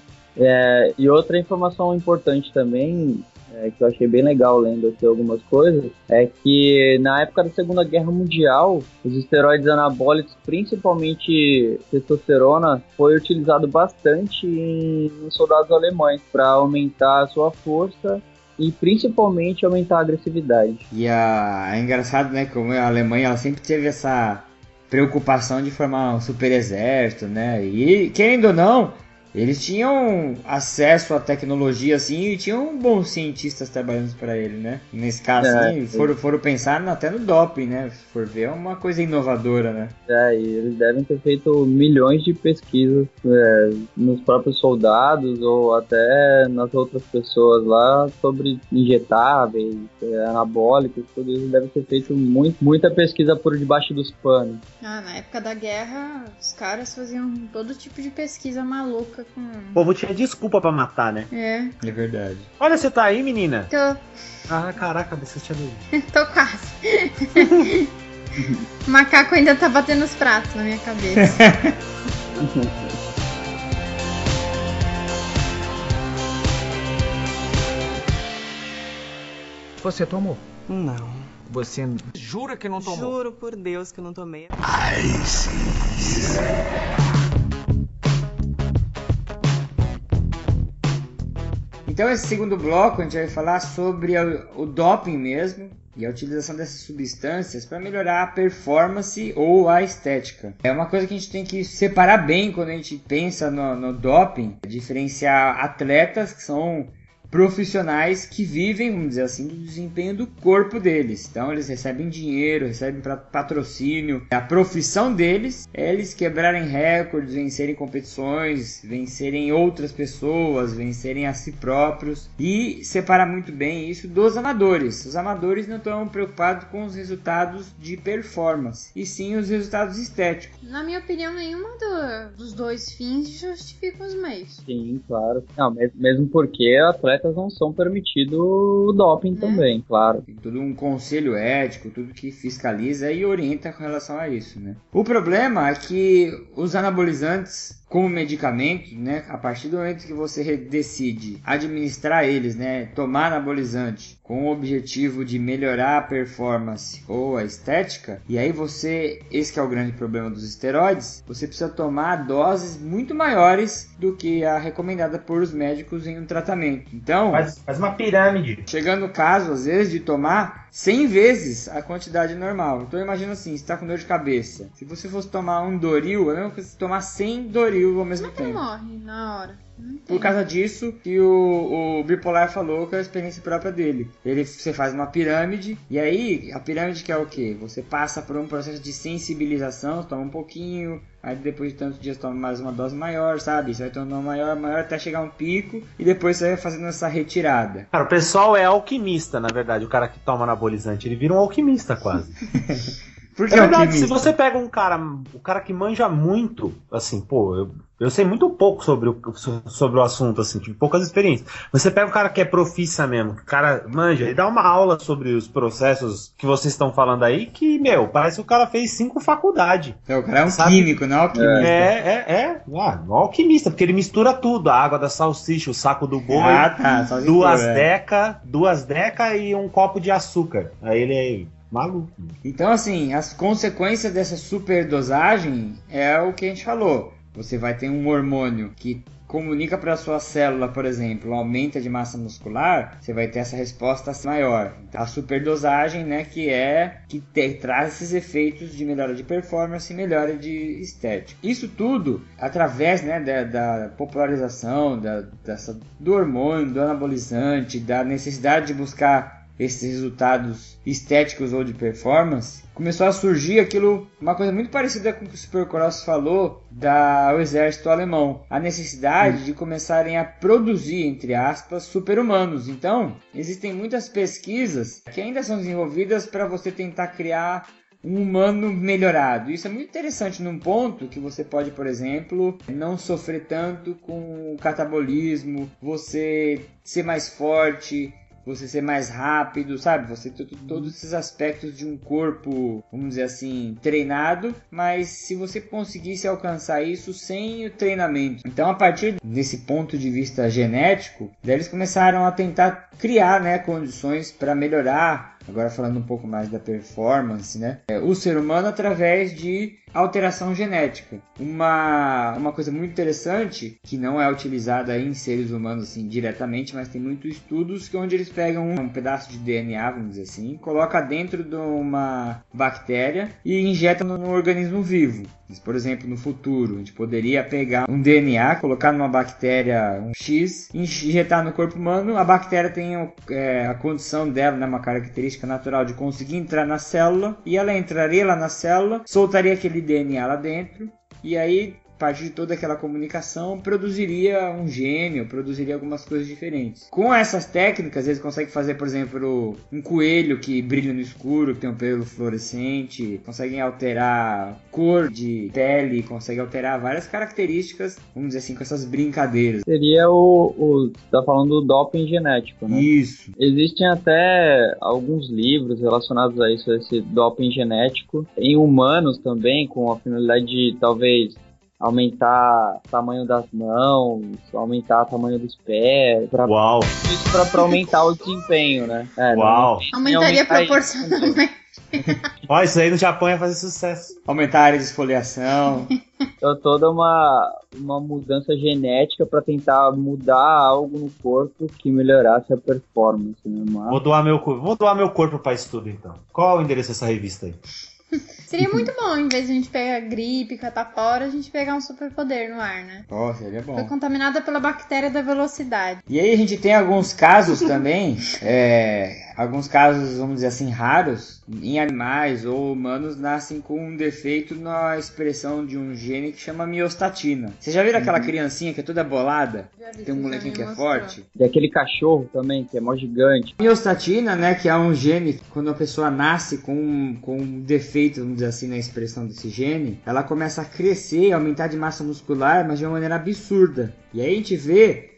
[SPEAKER 4] E outra informação importante também, que eu achei bem legal lendo aqui algumas coisas, é que na época da Segunda Guerra Mundial, os esteroides anabólicos, principalmente testosterona, foi utilizado bastante em soldados alemães para aumentar a sua força e principalmente aumentar a agressividade.
[SPEAKER 3] E é engraçado, né, como a Alemanha ela sempre teve essa preocupação de formar um super exército, né? E querendo ou não, eles tinham acesso à tecnologia, assim, e tinham bons cientistas trabalhando para ele, né? Nesse caso, assim, foram pensar até no doping, né? Se for ver, é uma coisa inovadora, né?
[SPEAKER 4] E eles devem ter feito milhões de pesquisas nos próprios soldados ou até nas outras pessoas lá sobre injetáveis, anabólicos, tudo isso deve ter feito muita pesquisa por debaixo dos panos.
[SPEAKER 5] Na época da guerra, os caras faziam todo tipo de pesquisa maluca.
[SPEAKER 1] O povo tinha desculpa pra matar, né?
[SPEAKER 3] É verdade.
[SPEAKER 1] Olha, você tá aí, menina?
[SPEAKER 5] Tô.
[SPEAKER 1] Ah, caraca, você tinha dormido.
[SPEAKER 5] Tô quase. O macaco ainda tá batendo os pratos na minha cabeça.
[SPEAKER 7] Você tomou?
[SPEAKER 8] Não.
[SPEAKER 7] Você jura que não tomou?
[SPEAKER 8] Juro por Deus que eu não tomei.
[SPEAKER 10] Ai, sim.
[SPEAKER 3] Então esse segundo bloco a gente vai falar sobre o doping mesmo e a utilização dessas substâncias para melhorar a performance ou a estética. É uma coisa que a gente tem que separar bem quando a gente pensa no doping, diferenciar atletas que são profissionais que vivem, vamos dizer assim, do desempenho do corpo deles. Então eles recebem dinheiro, recebem patrocínio. A profissão deles é eles quebrarem recordes, vencerem competições, vencerem outras pessoas, vencerem a si próprios, e separar muito bem isso dos amadores. Os amadores não estão preocupados com os resultados de performance, e sim os resultados estéticos.
[SPEAKER 5] Na minha opinião, nenhuma dos dois fins justifica os meios.
[SPEAKER 4] Sim, claro. Não, mesmo porque o atleta atletas não são permitido o doping também, claro.
[SPEAKER 3] Tem todo um conselho ético, tudo que fiscaliza e orienta com relação a isso, né? O problema é que os anabolizantes como medicamento, né, a partir do momento que você decide administrar eles, né, tomar anabolizante com o objetivo de melhorar a performance ou a estética, e aí esse que é o grande problema dos esteroides, você precisa tomar doses muito maiores do que a recomendada por os médicos em um tratamento. Então,
[SPEAKER 1] faz uma pirâmide.
[SPEAKER 3] Chegando no caso, às vezes, de tomar 100 vezes a quantidade normal. Então imagina assim, você está com dor de cabeça. Se você fosse tomar um Doril, é mesmo que você tomar 100 Doril ao mesmo tempo.
[SPEAKER 5] Morre na hora.
[SPEAKER 3] Por causa disso que o Bipolar falou que é a experiência própria dele. Você faz uma pirâmide, e aí a pirâmide que é o quê? Você passa por um processo de sensibilização, toma um pouquinho, aí depois de tantos dias toma mais uma dose maior, sabe? Você vai tomando maior até chegar a um pico, e depois você vai fazendo essa retirada.
[SPEAKER 1] Cara, o pessoal é alquimista, na verdade, o cara que toma anabolizante, ele vira um alquimista quase.
[SPEAKER 3] Porque
[SPEAKER 1] é verdade, se você pega o cara que manja muito, assim, pô, eu sei muito pouco sobre o assunto, assim, tive poucas experiências. Você pega o cara que é profissa mesmo, o cara manja, ele dá uma aula sobre os processos que vocês estão falando aí, que, parece que o cara fez 5 faculdades.
[SPEAKER 3] O cara é um químico, não é alquimista.
[SPEAKER 1] Um alquimista, porque ele mistura tudo, a água da salsicha, o saco do boi, duas deca e um copo de açúcar. Aí ele é maluco.
[SPEAKER 3] Então, assim, as consequências dessa superdosagem é o que a gente falou. Você vai ter um hormônio que comunica para a sua célula, por exemplo, aumenta de massa muscular, você vai ter essa resposta maior. A superdosagem, né, que traz esses efeitos de melhora de performance e melhora de estética. Isso tudo através, né, da popularização do hormônio, do anabolizante, da necessidade de buscar esses resultados estéticos ou de performance, começou a surgir uma coisa muito parecida com o que o Supercross falou do exército alemão, a necessidade de começarem a produzir, entre aspas, super-humanos. Então, existem muitas pesquisas que ainda são desenvolvidas para você tentar criar um humano melhorado. Isso é muito interessante num ponto que você pode, por exemplo, não sofrer tanto com o catabolismo, você ser mais forte, você ser mais rápido, sabe? Você ter todos esses aspectos de um corpo, vamos dizer assim, treinado, mas se você conseguisse alcançar isso sem o treinamento. Então, a partir desse ponto de vista genético, daí eles começaram a tentar criar, né, condições para melhorar, agora falando um pouco mais da performance, né, o ser humano através de alteração genética. Uma coisa muito interessante, que não é utilizada em seres humanos assim, diretamente, mas tem muitos estudos onde eles pegam um pedaço de DNA, vamos dizer assim, coloca dentro de uma bactéria e injeta no organismo vivo. Por exemplo, no futuro, a gente poderia pegar um DNA, colocar numa bactéria um X, injetar no corpo humano, a bactéria tem a condição dela, né, uma característica natural de conseguir entrar na célula, e ela entraria lá na célula, soltaria aquele DNA lá dentro, e aí, a partir de toda aquela comunicação, produziria um gene, produziria algumas coisas diferentes. Com essas técnicas, eles conseguem fazer, por exemplo, um coelho que brilha no escuro, que tem um pelo fluorescente, conseguem alterar cor de pele, conseguem alterar várias características, vamos dizer assim, com essas brincadeiras.
[SPEAKER 4] Seria você tá falando do doping genético, né?
[SPEAKER 3] Isso.
[SPEAKER 4] Existem até alguns livros relacionados a isso, esse doping genético, em humanos também, com a finalidade de, talvez, aumentar o tamanho das mãos, aumentar o tamanho dos pés.
[SPEAKER 1] Uau!
[SPEAKER 4] Isso pra aumentar o desempenho, né?
[SPEAKER 1] Uau!
[SPEAKER 5] Aumentaria proporcionalmente.
[SPEAKER 1] Ó, isso aí no Japão ia fazer sucesso.
[SPEAKER 3] Aumentar a área de esfoliação.
[SPEAKER 4] Então, toda uma mudança genética para tentar mudar algo no corpo que melhorasse a performance, né? Mas...
[SPEAKER 1] Vou doar meu corpo para estudo, então. Qual é o endereço dessa revista aí?
[SPEAKER 5] Seria muito bom, em vez de a gente pegar gripe, catapora, a gente pegar um superpoder no ar, né?
[SPEAKER 3] Oh, seria bom.
[SPEAKER 5] Foi contaminada pela bactéria da velocidade.
[SPEAKER 3] E aí a gente tem alguns casos também, alguns casos, vamos dizer assim, raros, em animais ou humanos, nascem com um defeito na expressão de um gene que chama miostatina. Vocês já viram aquela criancinha que é toda bolada? Tem um molequinho que é forte?
[SPEAKER 4] E aquele cachorro também, que é mó gigante.
[SPEAKER 3] Miostatina, né, que é um gene, quando a pessoa nasce com um defeito, vamos dizer assim, na expressão desse gene, ela começa a crescer, aumentar de massa muscular, mas de uma maneira absurda. E aí a gente vê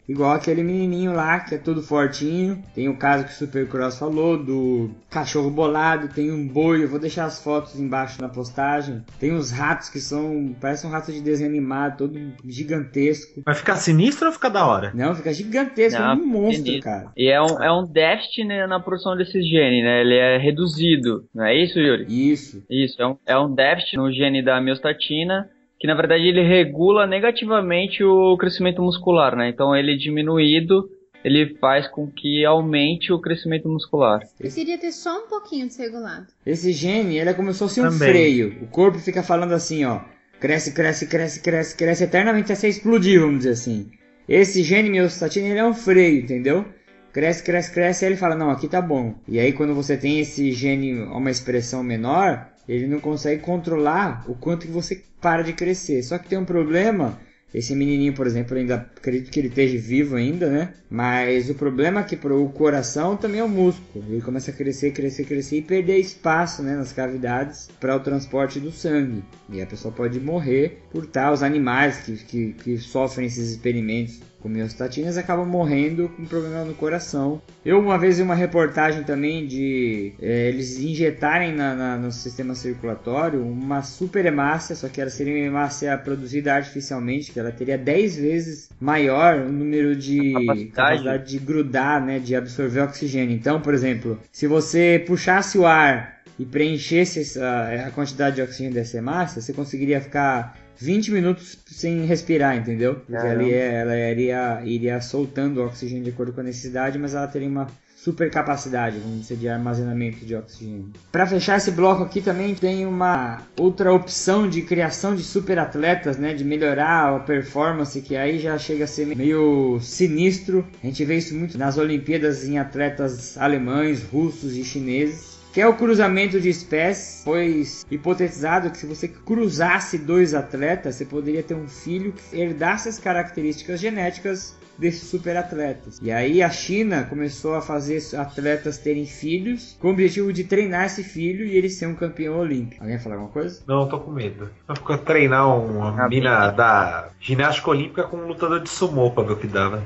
[SPEAKER 3] igual aquele menininho lá que é todo fortinho. Tem o caso que o Supercross falou do cachorro bolado, tem um boi, eu vou deixar as fotos embaixo na postagem. Tem uns ratos que parece um rato de desenho animado, todo gigantesco.
[SPEAKER 1] Vai ficar sinistro ou ficar da hora?
[SPEAKER 3] Não, fica gigantesco, é um monstro, sinistro. Cara.
[SPEAKER 4] E é um déficit, né, na produção desses genes, né? Ele é reduzido, não é isso, Yuri?
[SPEAKER 3] Isso.
[SPEAKER 4] Isso, é um déficit no gene da miostatina, que na verdade ele regula negativamente o crescimento muscular, né? Então ele diminuído, ele faz com que aumente o crescimento muscular.
[SPEAKER 5] Eu queria ter só um pouquinho desregulado.
[SPEAKER 3] Esse gene, ele é como se fosse um freio. O corpo fica falando assim, ó, cresce, cresce, cresce, cresce, cresce eternamente até explodir, vamos dizer assim. Esse gene miostatina, ele é um freio, entendeu? Cresce, cresce, cresce, aí ele fala, não, aqui tá bom. E aí quando você tem esse gene a uma expressão menor, ele não consegue controlar o quanto que você para de crescer. Só que tem um problema, esse menininho, por exemplo, ainda acredito que ele esteja vivo ainda, né? Mas o problema é que o coração também é um músculo. Ele começa a crescer, crescer, crescer e perder espaço, né, nas cavidades para o transporte do sangue. E a pessoa pode morrer por tal. Os animais que sofrem esses experimentos com miostatinas acabam morrendo com problema no coração. Eu uma vez vi uma reportagem também de eles injetarem no sistema circulatório uma super hemácia, só que ela seria uma hemácia produzida artificialmente, que ela teria 10 vezes maior o número de capacidade de grudar, né, de absorver oxigênio. Então, por exemplo, se você puxasse o ar e preenchesse a quantidade de oxigênio dessa hemácia, você conseguiria ficar 20 minutos sem respirar, entendeu? Porque ali ela iria soltando o oxigênio de acordo com a necessidade, mas ela teria uma super capacidade, vamos dizer, de armazenamento de oxigênio. Para fechar esse bloco aqui também tem uma outra opção de criação de super atletas, né, de melhorar a performance, que aí já chega a ser meio sinistro. A gente vê isso muito nas Olimpíadas em atletas alemães, russos e chineses, que é o cruzamento de espécies. Foi hipotetizado que se você cruzasse dois atletas, você poderia ter um filho que herdasse as características genéticas desses super atletas. E aí a China começou a fazer atletas terem filhos com o objetivo de treinar esse filho e ele ser um campeão olímpico. Alguém falar alguma coisa?
[SPEAKER 1] Não, eu tô com medo. Vai ficar treinar uma mina da ginástica olímpica com um lutador de sumô pra ver o que dava.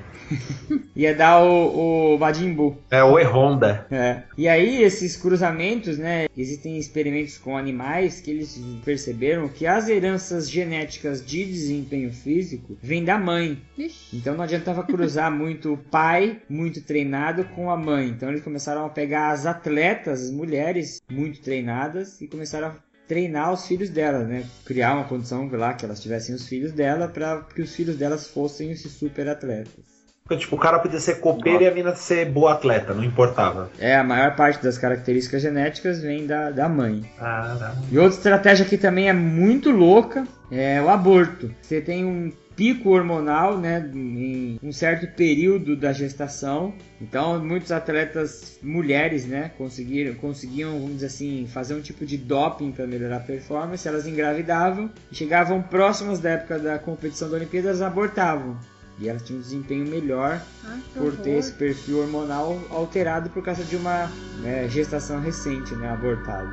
[SPEAKER 3] Ia dar o Majin Buu.
[SPEAKER 1] É, o E-Honda.
[SPEAKER 3] É. E aí esses cruzamentos, né, existem experimentos com animais que eles perceberam que as heranças genéticas de desempenho físico vêm da mãe. Então não adiantava cruzar muito o pai, muito treinado, com a mãe. Então eles começaram a pegar as atletas, as mulheres muito treinadas, e começaram a treinar os filhos delas, né? Criar uma condição lá que elas tivessem os filhos dela para que os filhos delas fossem esses super atletas.
[SPEAKER 1] Tipo, o cara podia ser copeiro e a mina ser boa atleta, não importava.
[SPEAKER 3] É, a maior parte das características genéticas vem da mãe.
[SPEAKER 1] Ah,
[SPEAKER 3] e outra estratégia que também é muito louca é o aborto. Você tem um pico hormonal, né, em um certo período da gestação. Então, muitos atletas mulheres, né, conseguiam, vamos dizer assim, fazer um tipo de doping para melhorar a performance. Elas engravidavam e chegavam próximas da época da competição da Olimpíada, elas abortavam. E elas tinham um desempenho melhor por ter esse perfil hormonal alterado por causa de uma gestação recente, né, abortada.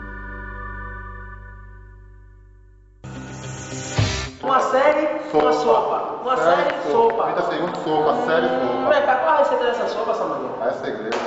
[SPEAKER 9] Uma série, uma sopa. Uma série, sopa.
[SPEAKER 6] 30 segundos, sopa. Série, sopa.
[SPEAKER 9] Vem cá, qual a receita dessa sopa, Samuel?
[SPEAKER 6] É segredo.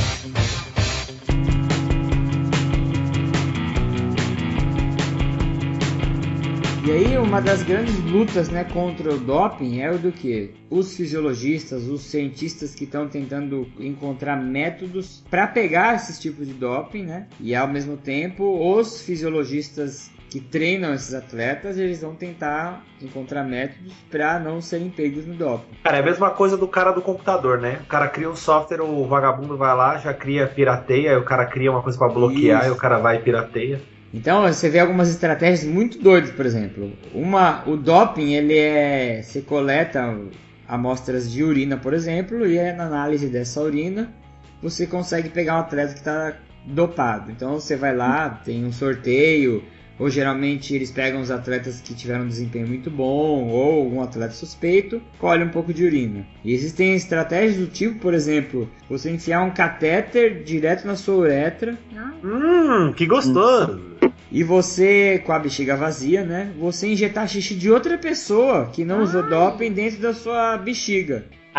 [SPEAKER 3] E aí uma das grandes lutas, né, contra o doping é o do que? Os fisiologistas, os cientistas que estão tentando encontrar métodos para pegar esses tipos de doping, né? E ao mesmo tempo os fisiologistas que treinam esses atletas, eles vão tentar encontrar métodos para não serem pegos no doping.
[SPEAKER 1] Cara, é a mesma coisa do cara do computador, né? O cara cria um software, o vagabundo vai lá, já cria pirateia, o cara cria uma coisa para bloquear. Isso. E o cara vai e pirateia.
[SPEAKER 3] Então você vê algumas estratégias muito doidas, por exemplo. O doping, você coleta amostras de urina, por exemplo, e na análise dessa urina você consegue pegar um atleta que está dopado. Então você vai lá, tem um sorteio, ou geralmente eles pegam os atletas que tiveram um desempenho muito bom, ou algum atleta suspeito, colhe um pouco de urina. E existem estratégias do tipo, por exemplo, você enfiar um catéter direto na sua uretra.
[SPEAKER 1] Que gostoso!
[SPEAKER 3] E você, com a bexiga vazia, né, você injetar xixi de outra pessoa que não usou doping dentro da sua bexiga.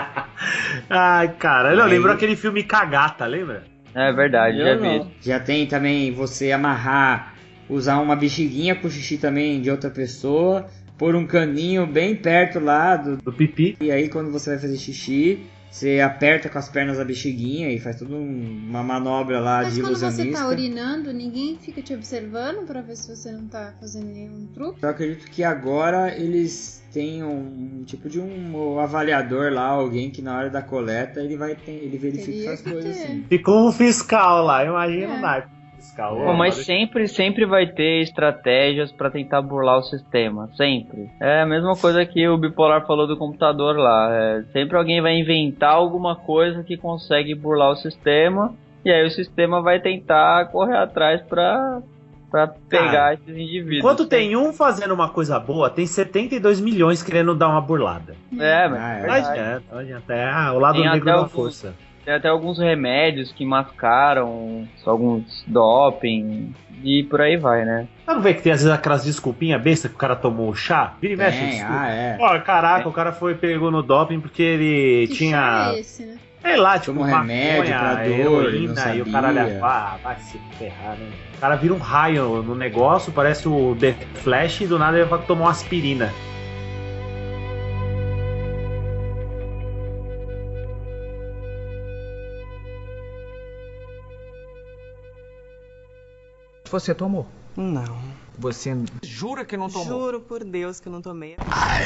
[SPEAKER 1] Ai, cara, eu lembro aquele filme Cagata, lembra?
[SPEAKER 4] É verdade, já vi.
[SPEAKER 3] Já tem também você amarrar, usar uma bexiguinha com xixi também de outra pessoa, pôr um caninho bem perto lá do
[SPEAKER 1] pipi.
[SPEAKER 3] E aí quando você vai fazer xixi, você aperta com as pernas a bexiguinha e faz toda uma manobra lá de ilusionista.
[SPEAKER 5] Mas quando você tá urinando, ninguém fica te observando pra ver se você não tá fazendo nenhum truque?
[SPEAKER 3] Eu acredito que agora eles têm um tipo de um avaliador lá, alguém que na hora da coleta ele verifica essas coisas assim.
[SPEAKER 1] Ficou um fiscal lá, imagina o naipe. Fiscal.
[SPEAKER 4] Mas sempre vai ter estratégias pra tentar burlar o sistema, sempre. É a mesma coisa que o Bipolar falou do computador lá. Sempre alguém vai inventar alguma coisa que consegue burlar o sistema, e aí o sistema vai tentar correr atrás pra pegar esses indivíduos.
[SPEAKER 1] Enquanto tem um fazendo uma coisa boa, tem 72 milhões querendo dar uma burlada.
[SPEAKER 4] Mas
[SPEAKER 1] não adianta. O lado negro da força.
[SPEAKER 4] Tem até alguns remédios que mascaram, alguns doping e por aí vai, né?
[SPEAKER 1] Não vê que tem às vezes aquelas desculpinhas besta que o cara tomou chá? Vira e mexe. Caraca, o cara pegou no doping porque ele tinha...
[SPEAKER 5] Chá é esse, né?
[SPEAKER 1] Sei lá, tipo,
[SPEAKER 3] um remédio pra dor,
[SPEAKER 1] heroína, e o cara vai se ferrar, né? O cara vira um raio no negócio, parece o The Flash, e do nada ele vai tomar uma aspirina.
[SPEAKER 7] Você tomou?
[SPEAKER 8] Não.
[SPEAKER 7] Você jura que não tomou?
[SPEAKER 8] Juro por Deus que eu não tomei.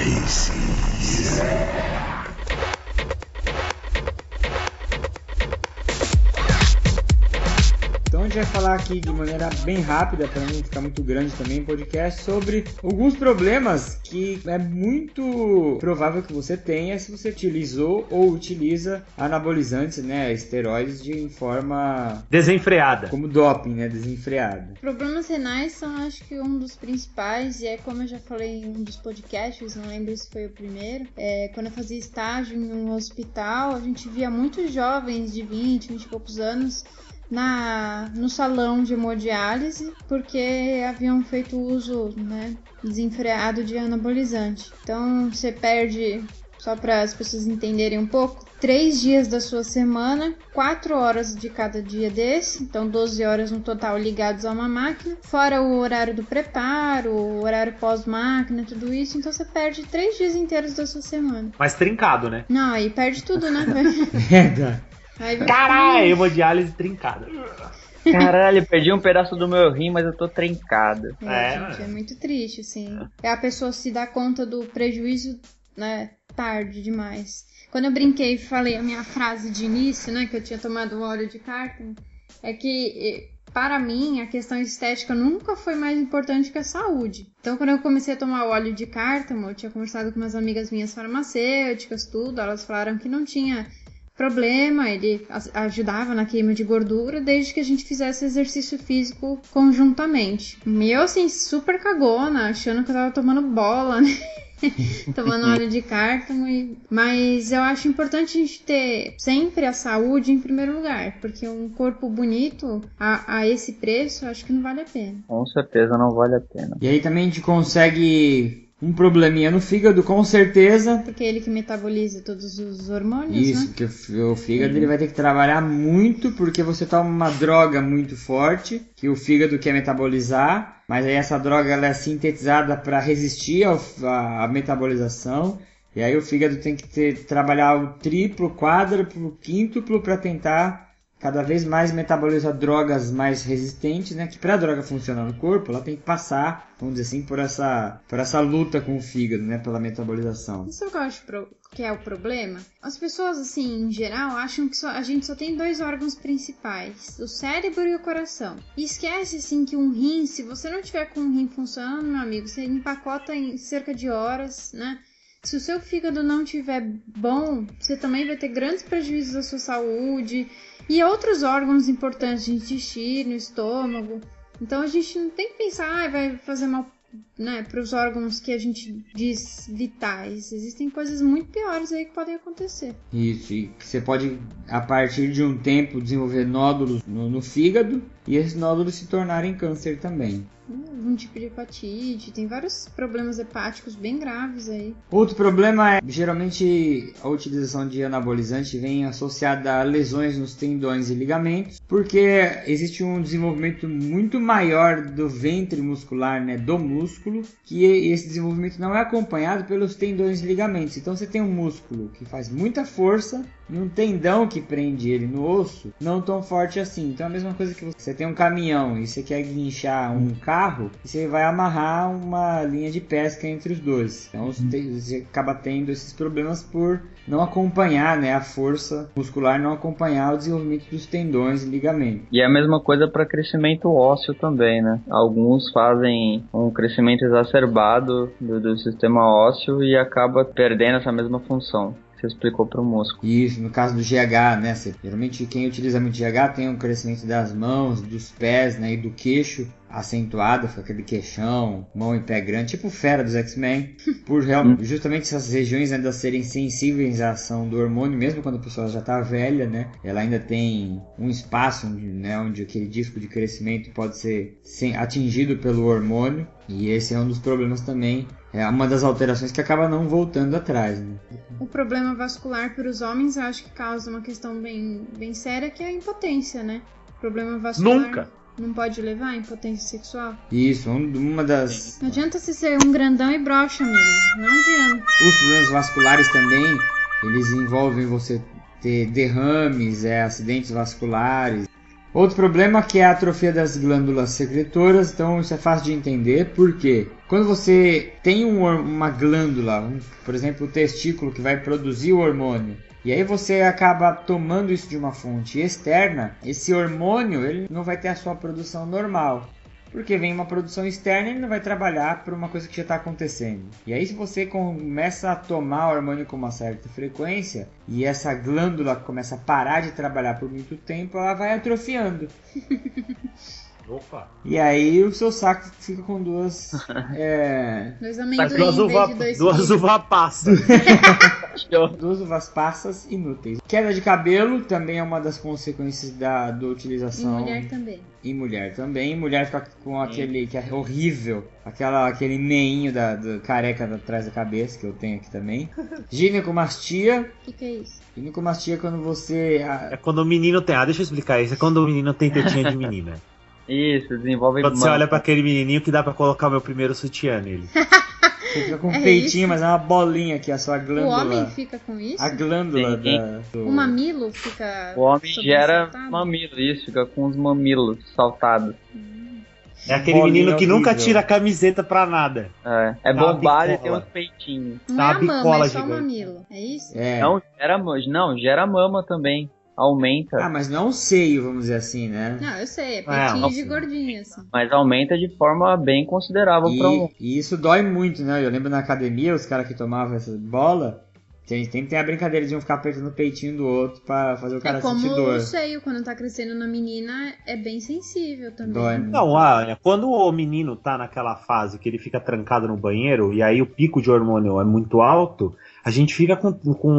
[SPEAKER 3] Então a gente vai falar aqui de maneira bem rápida, para não ficar muito grande também o podcast, sobre alguns problemas que é muito provável que você tenha se você utilizou ou utiliza anabolizantes, né, esteroides de forma...
[SPEAKER 1] desenfreada.
[SPEAKER 3] Como doping, né, desenfreada.
[SPEAKER 5] Problemas renais são, acho que, um dos principais, e é como eu já falei em um dos podcasts, não lembro se foi o primeiro, quando eu fazia estágio em um hospital, a gente via muitos jovens de 20 e poucos anos no salão de hemodiálise porque haviam feito uso, né, desenfreado de anabolizante. Então você perde, só para as pessoas entenderem um pouco, 3 dias da sua semana, 4 horas de cada dia desse, então 12 horas no total ligados a uma máquina, fora o horário do preparo, o horário pós-máquina, tudo isso, então você perde 3 dias inteiros da sua semana.
[SPEAKER 1] Mas trincado, né?
[SPEAKER 5] Não, aí perde tudo, né?
[SPEAKER 1] Caralho, hemodiálise trincada.
[SPEAKER 4] Caralho, perdi um pedaço do meu rim, mas eu tô trincada.
[SPEAKER 5] Gente, é muito triste, assim. A pessoa se dá conta do prejuízo, né, tarde demais. Quando eu brinquei e falei a minha frase de início, né, que eu tinha tomado óleo de cártamo, é que, para mim, a questão estética nunca foi mais importante que a saúde. Então, quando eu comecei a tomar óleo de cártamo, eu tinha conversado com umas amigas minhas farmacêuticas, tudo, elas falaram que não tinha problema, ele ajudava na queima de gordura desde que a gente fizesse exercício físico conjuntamente. Eu, assim, super cagona, achando que eu tava tomando bola, né? Tomando óleo de cártamo. Mas eu acho importante a gente ter sempre a saúde em primeiro lugar, porque um corpo bonito a esse preço, eu acho que não vale a pena.
[SPEAKER 4] Com certeza não vale a pena.
[SPEAKER 3] E aí também a gente consegue um probleminha no fígado, com certeza.
[SPEAKER 5] Porque é ele que metaboliza todos os hormônios,
[SPEAKER 3] isso,
[SPEAKER 5] né?
[SPEAKER 3] Que o fígado ele vai ter que trabalhar muito, porque você toma uma droga muito forte, que o fígado quer metabolizar, mas aí essa droga ela é sintetizada para resistir à metabolização, e aí o fígado tem que trabalhar o triplo, quádruplo, quíntuplo para tentar cada vez mais metabolizar drogas mais resistentes, né? Que para a droga funcionar no corpo, ela tem que passar, vamos dizer assim, por essa luta com o fígado, né? Pela metabolização.
[SPEAKER 5] Sabe o que eu acho que é o problema? As pessoas, assim, em geral, acham que a gente só tem 2 órgãos principais, o cérebro e o coração. E esquece, assim, que um rim, se você não tiver com um rim funcionando, meu amigo, você empacota em cerca de horas, né? Se o seu fígado não estiver bom, você também vai ter grandes prejuízos à sua saúde e outros órgãos importantes, intestino, estômago. Então a gente não tem que pensar, vai fazer mal né, para os órgãos que a gente diz vitais. Existem coisas muito piores aí que podem acontecer.
[SPEAKER 3] Isso, e você pode, a partir de um tempo, desenvolver nódulos no fígado e esses nódulos se tornarem câncer também.
[SPEAKER 5] Algum tipo de hepatite, tem vários problemas hepáticos bem graves aí.
[SPEAKER 3] Outro problema é, geralmente, a utilização de anabolizante vem associada a lesões nos tendões e ligamentos, porque existe um desenvolvimento muito maior do ventre muscular, né, do músculo, que esse desenvolvimento não é acompanhado pelos tendões e ligamentos. Então você tem um músculo que faz muita força e um tendão que prende ele no osso não tão forte assim. Então é a mesma coisa que você tem um caminhão e você quer guinchar um carro e você vai amarrar uma linha de pesca entre os dois. Então você acaba tendo esses problemas por não acompanhar, né, a força muscular, não acompanhar o desenvolvimento dos tendões e ligamentos.
[SPEAKER 4] E é a mesma coisa para crescimento ósseo também, né? Alguns fazem um crescimento exacerbado do sistema ósseo e acaba perdendo essa mesma função. Você explicou para o músculo.
[SPEAKER 3] Isso, no caso do GH, né? Geralmente quem utiliza muito GH tem um crescimento das mãos, dos pés, né? E do queixo acentuado, fica aquele queixão, mão e pé grande, tipo fera dos X-Men, por justamente essas regiões ainda serem sensíveis à ação do hormônio, mesmo quando a pessoa já está velha, né? Ela ainda tem um espaço, né, onde aquele disco de crescimento pode ser atingido pelo hormônio, e esse é um dos problemas também. É uma das alterações que acaba não voltando atrás, né?
[SPEAKER 5] O problema vascular para os homens eu acho que causa uma questão bem séria, que é a impotência, né? O problema vascular
[SPEAKER 1] Nunca!
[SPEAKER 5] Não pode levar a impotência sexual?
[SPEAKER 3] Isso, uma das...
[SPEAKER 5] Não adianta você ser um grandão e broxa, amigo. Não adianta.
[SPEAKER 3] Os problemas vasculares também, eles envolvem você ter derrames, acidentes vasculares. Outro problema que é a atrofia das glândulas secretoras, então isso é fácil de entender, porque quando você tem uma glândula, por exemplo o testículo que vai produzir o hormônio, e aí você acaba tomando isso de uma fonte externa, esse hormônio ele não vai ter a sua produção normal. Porque vem uma produção externa e ele não vai trabalhar por uma coisa que já está acontecendo. E aí se você começa a tomar hormônio com uma certa frequência e essa glândula começa a parar de trabalhar por muito tempo, ela vai atrofiando.
[SPEAKER 1] Opa!
[SPEAKER 3] E aí o seu saco fica com duas...
[SPEAKER 5] Dois amendoim em vez de
[SPEAKER 1] duas uvas passas.
[SPEAKER 3] Duas uvas passas inúteis. Queda de cabelo também é uma das consequências da utilização.
[SPEAKER 5] E mulher também.
[SPEAKER 3] E mulher também. Mulher fica com aquele que é horrível. Aquele meinho da careca atrás da cabeça, que eu tenho aqui também. Ginecomastia.
[SPEAKER 5] O que é isso?
[SPEAKER 3] Ginecomastia é quando você...
[SPEAKER 1] É quando o menino tem... deixa eu explicar isso. É quando o menino tem tetinha de menina.
[SPEAKER 4] Isso, desenvolve...
[SPEAKER 1] Quando você olha pra aquele menininho que dá pra colocar o meu primeiro sutiã nele.
[SPEAKER 3] Você fica com um peitinho,
[SPEAKER 5] isso?
[SPEAKER 3] mas é uma bolinha aqui, a sua glândula.
[SPEAKER 5] O homem fica com isso?
[SPEAKER 3] A glândula
[SPEAKER 5] O mamilo fica...
[SPEAKER 4] O homem gera mamilo, isso, fica com os mamilos saltados.
[SPEAKER 1] É aquele menino que nunca tira a camiseta pra nada.
[SPEAKER 4] É bombado e tem uns peitinhos.
[SPEAKER 5] Não é a mama, é só o mamilo, é isso?
[SPEAKER 4] Não, gera mama também. Aumenta.
[SPEAKER 3] Mas não seio, vamos dizer assim, né?
[SPEAKER 5] Não, eu sei, é peitinho de gordinho, assim.
[SPEAKER 4] Mas aumenta de forma bem considerável para um...
[SPEAKER 3] E isso dói muito, né? Eu lembro na academia, os caras que tomavam essa bola, tem que ter a brincadeira de um ficar apertando o peitinho do outro pra fazer o cara sentir dor.
[SPEAKER 5] É como o seio, quando tá crescendo na menina, é bem sensível também.
[SPEAKER 3] Dói.
[SPEAKER 1] Não, quando o menino tá naquela fase que ele fica trancado no banheiro, e aí o pico de hormônio é muito alto... A gente fica com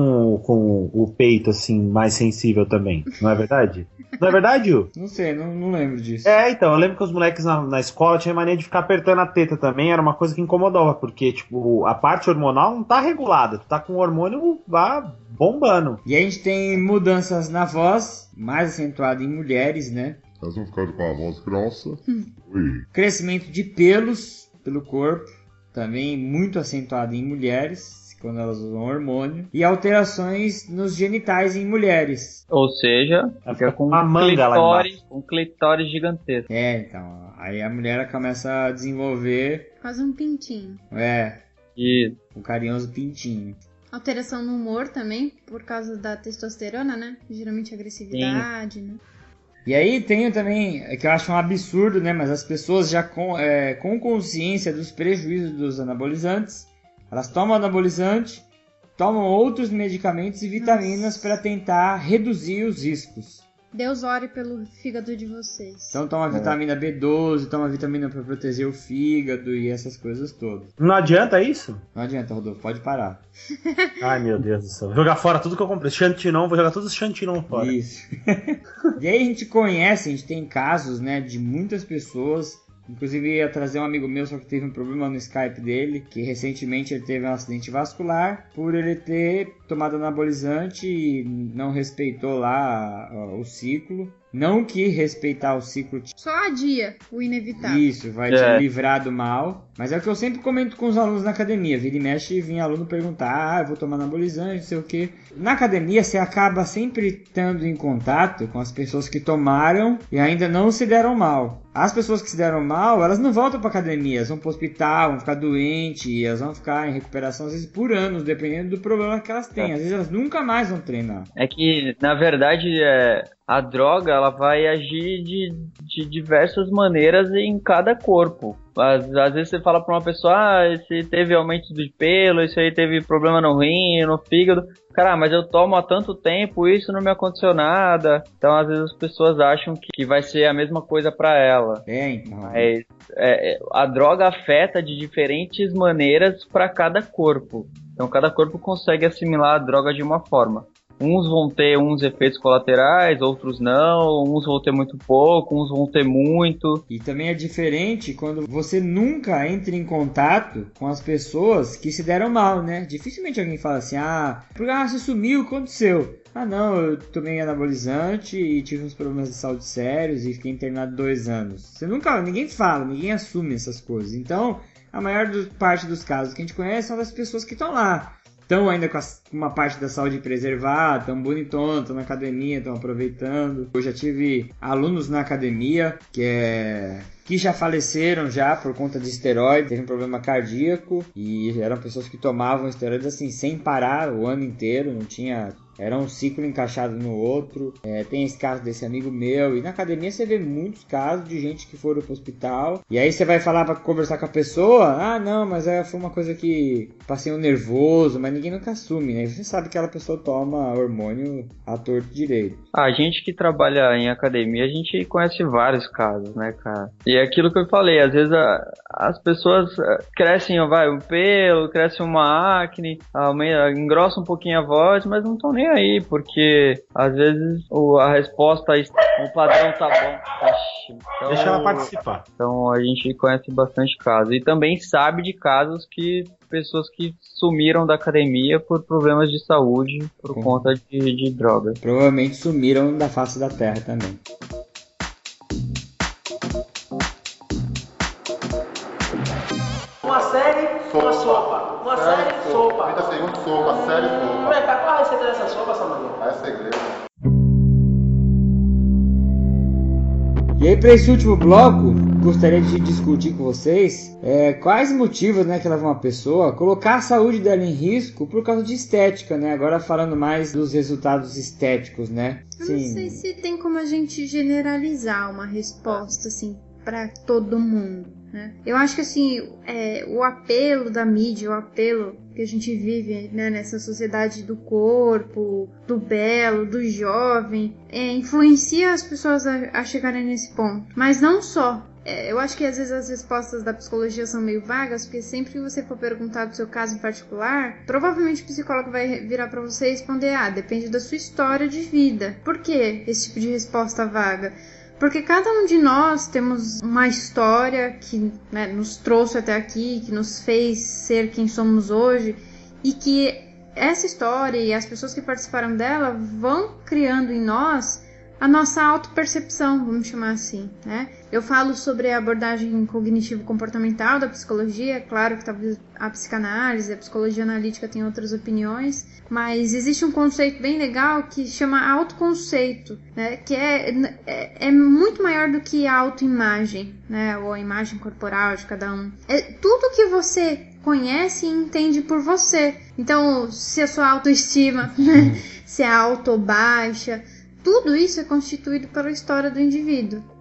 [SPEAKER 1] o peito, assim, mais sensível também, não é verdade? Não é verdade, Yu?
[SPEAKER 3] Não sei, não lembro disso.
[SPEAKER 1] Então, eu lembro que os moleques na escola tinham mania de ficar apertando a teta também, era uma coisa que incomodava, porque, tipo, a parte hormonal não tá regulada, tu tá com o hormônio lá bombando.
[SPEAKER 3] E a gente tem mudanças na voz, mais acentuada em mulheres, né?
[SPEAKER 6] Elas vão ficar com a voz grossa.
[SPEAKER 3] Crescimento de pelos pelo corpo, também muito acentuado em mulheres, quando elas usam hormônio, e alterações nos genitais em mulheres.
[SPEAKER 4] Ou seja, fica com um clitóris gigantesco.
[SPEAKER 3] Então, aí a mulher começa a desenvolver...
[SPEAKER 5] Quase um pintinho.
[SPEAKER 4] Isso.
[SPEAKER 3] Um carinhoso pintinho.
[SPEAKER 5] Alteração no humor também, por causa da testosterona, né? Geralmente agressividade, né?
[SPEAKER 3] E aí tem também, que eu acho um absurdo, né? Mas as pessoas já com consciência dos prejuízos dos anabolizantes, elas tomam anabolizante, tomam outros medicamentos e vitaminas para tentar reduzir os riscos.
[SPEAKER 5] Deus ore pelo fígado de vocês.
[SPEAKER 3] Então toma vitamina B12, toma vitamina pra proteger o fígado e essas coisas todas.
[SPEAKER 1] Não adianta isso?
[SPEAKER 3] Não adianta, Rodolfo, pode parar.
[SPEAKER 1] Ai, meu Deus do céu. Vou jogar fora tudo que eu comprei. Chantinon, vou jogar todos os Chantinon fora.
[SPEAKER 3] Isso. E aí a gente tem casos, né, de muitas pessoas. Inclusive ia trazer um amigo meu, só que teve um problema no Skype dele, que recentemente ele teve um acidente vascular por ele ter tomado anabolizante e não respeitou lá o ciclo. Não que respeitar o ciclo
[SPEAKER 5] só adia o inevitável.
[SPEAKER 3] Isso, vai te livrar do mal. Mas é o que eu sempre comento com os alunos na academia. Vira e mexe, vinha aluno perguntar: eu vou tomar anabolizante, não sei o que. Na academia você acaba sempre estando em contato com as pessoas que tomaram e ainda não se deram mal. As pessoas que se deram mal, elas não voltam para academia, elas vão para o hospital, vão ficar doentes, elas vão ficar em recuperação às vezes por anos, dependendo do problema que elas têm. Às vezes elas nunca mais vão treinar.
[SPEAKER 4] É que, na verdade, a droga ela vai agir de diversas maneiras em cada corpo. Às vezes você fala pra uma pessoa, esse teve aumento de pelo, isso aí teve problema no rim, no fígado. Cara, mas eu tomo há tanto tempo, isso não me aconteceu nada. Então, às vezes as pessoas acham que vai ser a mesma coisa pra ela.
[SPEAKER 3] Então.
[SPEAKER 4] Mas a droga afeta de diferentes maneiras pra cada corpo. Então, cada corpo consegue assimilar a droga de uma forma. Uns vão ter uns efeitos colaterais, outros não. Uns vão ter muito pouco, uns vão ter muito.
[SPEAKER 3] E também é diferente quando você nunca entra em contato com as pessoas que se deram mal, né? Dificilmente alguém fala assim, você sumiu, o que aconteceu? Não, eu tomei anabolizante e tive uns problemas de saúde sérios e fiquei internado 2 anos. Ninguém fala, ninguém assume essas coisas. Então, a maior parte dos casos que a gente conhece são das pessoas que estão lá. Estão ainda com uma parte da saúde preservada, estão bonitões, estão na academia, estão aproveitando. Eu já tive alunos na academia que já faleceram já por conta de esteroide, teve um problema cardíaco e eram pessoas que tomavam esteroides assim sem parar o ano inteiro, não tinha... Era um ciclo encaixado no outro. Tem esse caso desse amigo meu. E na academia você vê muitos casos de gente que foram pro hospital. E aí você vai falar pra conversar com a pessoa. Não, mas foi uma coisa que passei um nervoso. Mas ninguém nunca assume, né? Você sabe que aquela pessoa toma hormônio à torto direito.
[SPEAKER 4] A gente que trabalha em academia, a gente conhece vários casos, né, cara? E é aquilo que eu falei. Às vezes as pessoas crescem, um pelo, cresce uma acne, engrossa um pouquinho a voz, mas não estão nem aí, porque às vezes a resposta, o padrão tá bom. Então,
[SPEAKER 1] deixa ela participar.
[SPEAKER 4] Então a gente conhece bastante casos. E também sabe de casos que pessoas que sumiram da academia por problemas de saúde por conta de drogas.
[SPEAKER 3] Provavelmente sumiram da face da terra também.
[SPEAKER 9] Uma série, uma sopa. Uma série, sopa.
[SPEAKER 6] 30 segundos, sopa. Série, sopa.
[SPEAKER 9] Como é que tá? Qual a receita dessa sopa, Samuel?
[SPEAKER 6] É segredo.
[SPEAKER 3] E aí, para esse último bloco, gostaria de discutir com vocês quais motivos, né, que levam uma pessoa a colocar a saúde dela em risco por causa de estética, né? Agora falando mais dos resultados estéticos, né?
[SPEAKER 5] Eu não sei se tem como a gente generalizar uma resposta assim para todo mundo, né? Eu acho que assim o apelo da mídia, o apelo que a gente vive, né, nessa sociedade do corpo, do belo, do jovem, influencia as pessoas a chegarem nesse ponto. Mas não só. Eu acho que às vezes as respostas da psicologia são meio vagas, porque sempre que você for perguntar do seu caso em particular, provavelmente o psicólogo vai virar pra você e responder: depende da sua história de vida. Por que esse tipo de resposta vaga? Porque cada um de nós temos uma história que, né, nos trouxe até aqui, que nos fez ser quem somos hoje, e que essa história e as pessoas que participaram dela vão criando em nós a nossa autopercepção, vamos chamar assim, né? Eu falo sobre a abordagem cognitivo-comportamental da psicologia, é claro que talvez a psicanálise, a psicologia analítica tem outras opiniões, mas existe um conceito bem legal que chama autoconceito, né? Que é muito maior do que a autoimagem, né? Ou a imagem corporal de cada um. É tudo que você conhece e entende por você. Então, se a sua autoestima, se é alta ou baixa, tudo isso é constituído pela história do indivíduo.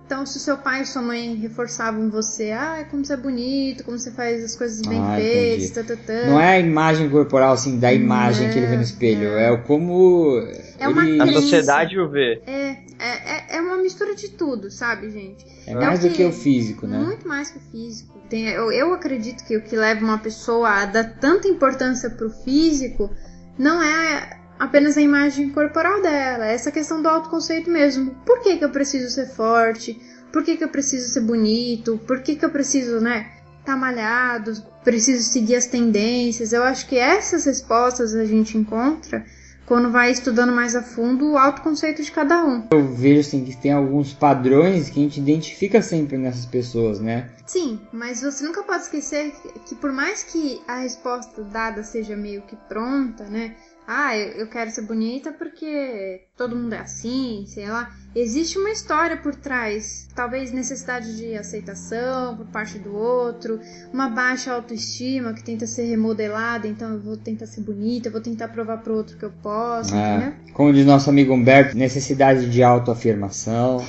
[SPEAKER 5] Então, se o seu pai e sua mãe reforçavam você, como você é bonito, como você faz as coisas bem feitas,
[SPEAKER 3] Não é a imagem corporal, assim, da imagem que ele vê no espelho, é o como
[SPEAKER 4] a sociedade o vê.
[SPEAKER 5] É uma mistura de tudo, sabe, gente?
[SPEAKER 3] É mais do que o físico, né?
[SPEAKER 5] Muito mais que o físico. Eu acredito que o que leva uma pessoa a dar tanta importância pro físico não é apenas a imagem corporal dela, é essa questão do autoconceito mesmo. Por que eu preciso ser forte? Por que eu preciso ser bonito? Por que eu preciso, tá malhado? Preciso seguir as tendências? Eu acho que essas respostas a gente encontra quando vai estudando mais a fundo o autoconceito de cada um.
[SPEAKER 3] Eu vejo assim, que tem alguns padrões que a gente identifica sempre nessas pessoas, né?
[SPEAKER 5] Sim, mas você nunca pode esquecer que por mais que a resposta dada seja meio que pronta, né? Eu quero ser bonita porque todo mundo é assim, sei lá. Existe uma história por trás. Talvez necessidade de aceitação por parte do outro, uma baixa autoestima que tenta ser remodelada, então eu vou tentar ser bonita, eu vou tentar provar pro outro que eu posso, entendeu?
[SPEAKER 3] Como diz nosso amigo Humberto, necessidade de autoafirmação.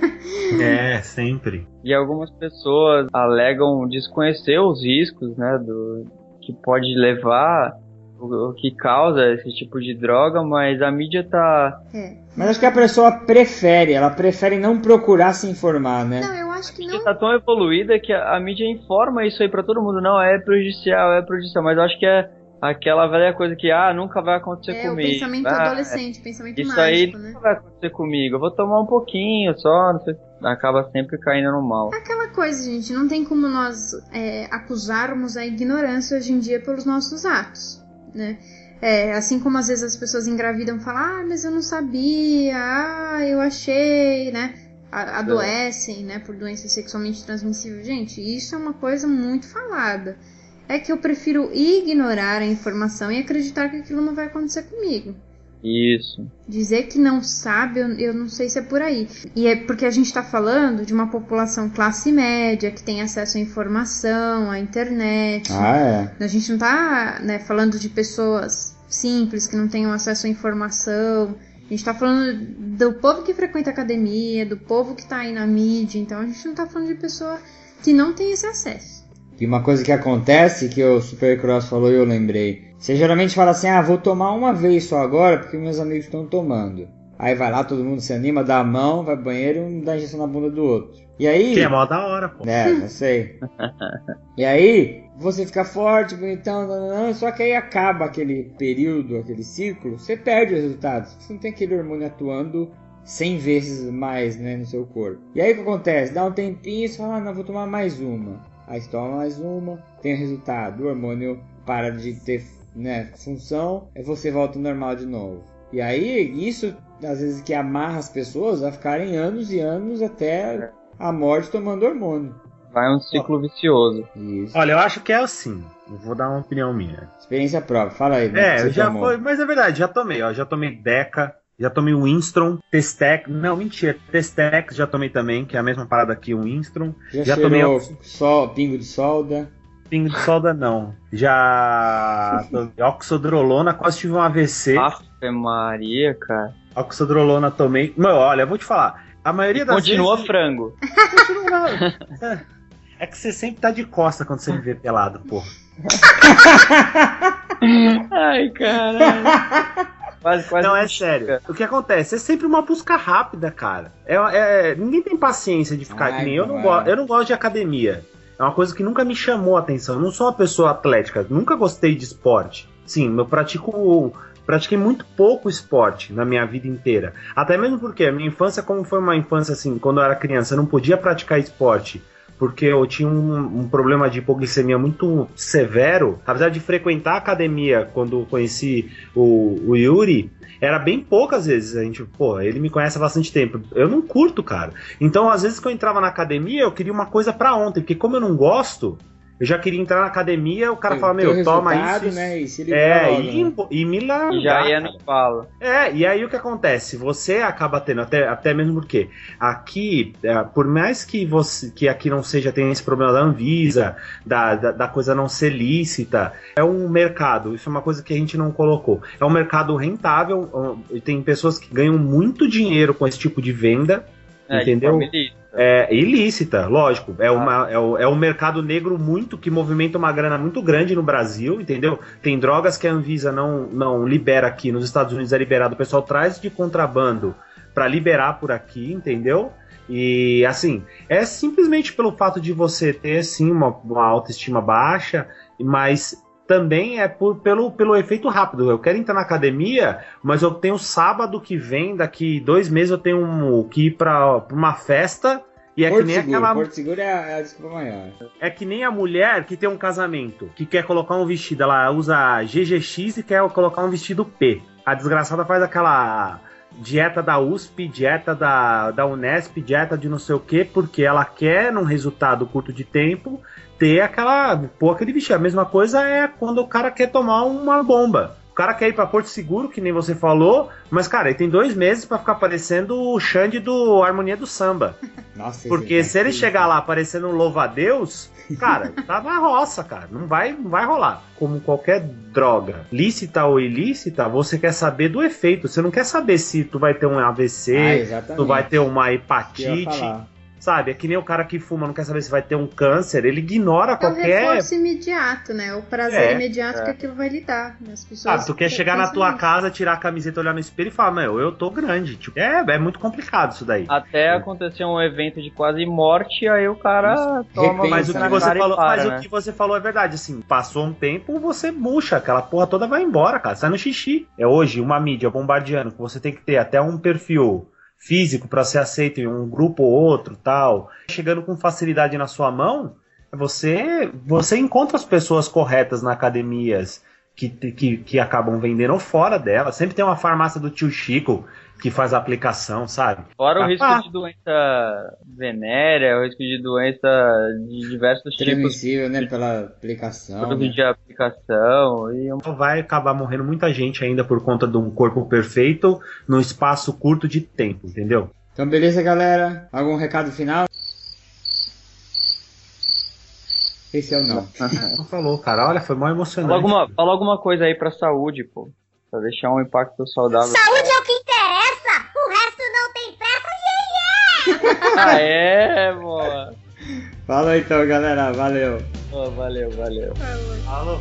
[SPEAKER 1] Sempre.
[SPEAKER 4] E algumas pessoas alegam desconhecer os riscos, né, que pode levar, o que causa esse tipo de droga, mas a mídia tá...
[SPEAKER 3] Mas acho que a pessoa prefere não procurar se informar, né?
[SPEAKER 5] Não, eu acho que não.
[SPEAKER 4] Tá tão evoluída que a mídia informa isso aí pra todo mundo. Não, é prejudicial, mas eu acho que é aquela velha coisa que, nunca vai acontecer comigo.
[SPEAKER 5] O pensamento adolescente, pensamento
[SPEAKER 4] isso
[SPEAKER 5] mágico,
[SPEAKER 4] aí
[SPEAKER 5] né?
[SPEAKER 4] nunca vai acontecer comigo, eu vou tomar um pouquinho só, não sei, acaba sempre caindo no mal.
[SPEAKER 5] Aquela coisa, gente, não tem como nós acusarmos a ignorância hoje em dia pelos nossos atos, né? Assim como às vezes as pessoas engravidam e falam, mas eu não sabia, eu achei, né? Adoecem, né? Por doença sexualmente transmissível. Gente, isso é uma coisa muito falada. É que eu prefiro ignorar a informação e acreditar que aquilo não vai acontecer comigo.
[SPEAKER 4] Isso.
[SPEAKER 5] Dizer que não sabe, eu não sei se é por aí. E é porque a gente está falando de uma população classe média, que tem acesso à informação, à internet. A gente não está, né, falando de pessoas simples, que não tenham acesso à informação. A gente está falando do povo que frequenta a academia, do povo que está aí na mídia. Então a gente não está falando de pessoa que não tem esse acesso.
[SPEAKER 3] E uma coisa que acontece, que o Supercross falou e eu lembrei. Você geralmente fala assim, vou tomar uma vez só agora, porque meus amigos estão tomando. Aí vai lá, todo mundo se anima, dá a mão, vai pro banheiro e um dá injeção na bunda do outro. E aí...
[SPEAKER 1] Que é mó da hora, pô.
[SPEAKER 3] Não sei. E aí, você fica forte, bonitão, só que aí acaba aquele período, aquele ciclo, você perde os resultados. Você não tem aquele hormônio atuando 100 vezes mais, né, no seu corpo. E aí o que acontece? Dá um tempinho, você fala, não, vou tomar mais uma. Aí você toma mais uma, tem o resultado, o hormônio para de ter, né, função, e você volta ao normal de novo. E aí, isso, às vezes, que amarra as pessoas a ficarem anos e anos até a morte tomando hormônio.
[SPEAKER 4] Vai um ciclo vicioso.
[SPEAKER 3] Isso.
[SPEAKER 1] Olha, eu acho que é assim. Eu vou dar uma opinião minha.
[SPEAKER 3] Experiência própria, fala aí. Né,
[SPEAKER 1] eu já foi, mas é verdade, já tomei. Já tomei Deca, já tomei o Winstron, Testex. Não, mentira, Testex já tomei também, que é a mesma parada que o Winstron.
[SPEAKER 3] Já tomei pingo de solda.
[SPEAKER 1] Pingo de solda não. Já tomei oxodrolona, quase tive um AVC.
[SPEAKER 4] Ave Maria, cara.
[SPEAKER 1] Oxodrolona tomei. Meu, olha, eu vou te falar. A maioria das
[SPEAKER 4] continua
[SPEAKER 1] vezes...
[SPEAKER 4] frango.
[SPEAKER 1] Continua. É que você sempre tá de costa quando você me vê pelado, porra.
[SPEAKER 4] Ai, caralho. Quase
[SPEAKER 1] não, é sério. O que acontece? É sempre uma busca rápida, cara. Ninguém tem paciência de ficar que nem eu. Eu não gosto de academia. É uma coisa que nunca me chamou a atenção. Eu não sou uma pessoa atlética. Nunca gostei de esporte. Sim, eu pratiquei muito pouco esporte na minha vida inteira. Até mesmo porque a minha infância, como foi uma infância assim, quando eu era criança, eu não podia praticar esporte. Porque eu tinha um problema de hipoglicemia muito severo. Apesar de frequentar a academia quando conheci o Yuri, era bem poucas vezes. Ele me conhece há bastante tempo. Eu não curto, cara. Então, às vezes que eu entrava na academia, eu queria uma coisa pra ontem. Porque como eu não gosto, eu já queria entrar na academia, o cara fala, toma isso.
[SPEAKER 3] Né?
[SPEAKER 1] E me largar.
[SPEAKER 4] E já ia no palo.
[SPEAKER 1] E aí o que acontece? Você acaba tendo, até mesmo porque aqui, por mais que aqui não tem esse problema da Anvisa, da coisa não ser lícita, é um mercado, isso é uma coisa que a gente não colocou. É um mercado rentável, tem pessoas que ganham muito dinheiro com esse tipo de venda, entendeu? É ilícita, lógico. É um mercado negro que movimenta uma grana muito grande no Brasil, entendeu? Tem drogas que a Anvisa não libera aqui, nos Estados Unidos é liberado, o pessoal traz de contrabando para liberar por aqui, entendeu? E assim, é simplesmente pelo fato de você ter sim uma autoestima baixa, mas também é pelo efeito rápido. Eu quero entrar na academia, mas eu tenho sábado que vem, daqui 2 meses eu tenho que ir pra uma festa. E é
[SPEAKER 3] Porto
[SPEAKER 1] que nem
[SPEAKER 3] Seguro,
[SPEAKER 1] aquela.
[SPEAKER 3] Porto Seguro é a desculpa maior.
[SPEAKER 1] É que nem a mulher que tem um casamento, que quer colocar um vestido, ela usa GGX e quer colocar um vestido P. A desgraçada faz aquela dieta da USP, dieta da Unesp, dieta de não sei o que, porque ela quer, num resultado curto de tempo, ter aquele vestido. A mesma coisa é quando o cara quer tomar uma bomba. O cara quer ir pra Porto Seguro, que nem você falou, mas, cara, ele tem 2 meses pra ficar parecendo o Xande do Harmonia do Samba.
[SPEAKER 3] Nossa,
[SPEAKER 1] porque se ele chegar lá parecendo um louva-a-Deus, cara, tá na roça, cara. Não vai rolar. Como qualquer droga, lícita ou ilícita, você quer saber do efeito. Você não quer saber se tu vai ter um AVC, tu vai ter uma hepatite. Sabe, é que nem o cara que fuma, não quer saber se vai ter um câncer, ele ignora qualquer...
[SPEAKER 5] É o reforço imediato, né? O prazer imediato que aquilo vai lhe dar. As pessoas
[SPEAKER 1] tu quer chegar na tua casa, tirar a camiseta, olhar no espelho e falar, meu, eu tô grande. Tipo, é muito complicado isso daí.
[SPEAKER 4] Até acontecer um evento de quase morte, aí o cara toma...
[SPEAKER 1] Mas o que você falou é verdade, assim, passou um tempo, você murcha, aquela porra toda vai embora, cara, sai no xixi. É hoje uma mídia bombardeando, que você tem que ter até um perfil físico para ser aceito em um grupo ou outro, tal, chegando com facilidade na sua mão, você encontra as pessoas corretas na academias que acabam vendendo fora dela. Sempre tem uma farmácia do tio Chico que faz a aplicação, sabe?
[SPEAKER 4] Fora o risco de doença venérea, o risco de doença de diversos tipos.
[SPEAKER 3] Transmissível, né? Pela aplicação.
[SPEAKER 4] Produto de aplicação.
[SPEAKER 1] Vai acabar morrendo muita gente ainda por conta de um corpo perfeito num espaço curto de tempo, entendeu?
[SPEAKER 3] Então, beleza, galera? Algum recado final? Esse é o não.
[SPEAKER 1] Não falou, cara. Olha, foi mal emocionante.
[SPEAKER 4] Fala alguma coisa aí pra saúde, pô. Pra deixar um impacto saudável.
[SPEAKER 11] Saúde é o que interessa! O resto não tem pressa,
[SPEAKER 4] Ah, é, boa.
[SPEAKER 3] Falou então, galera. Valeu.
[SPEAKER 4] Oh, valeu.
[SPEAKER 1] Falou.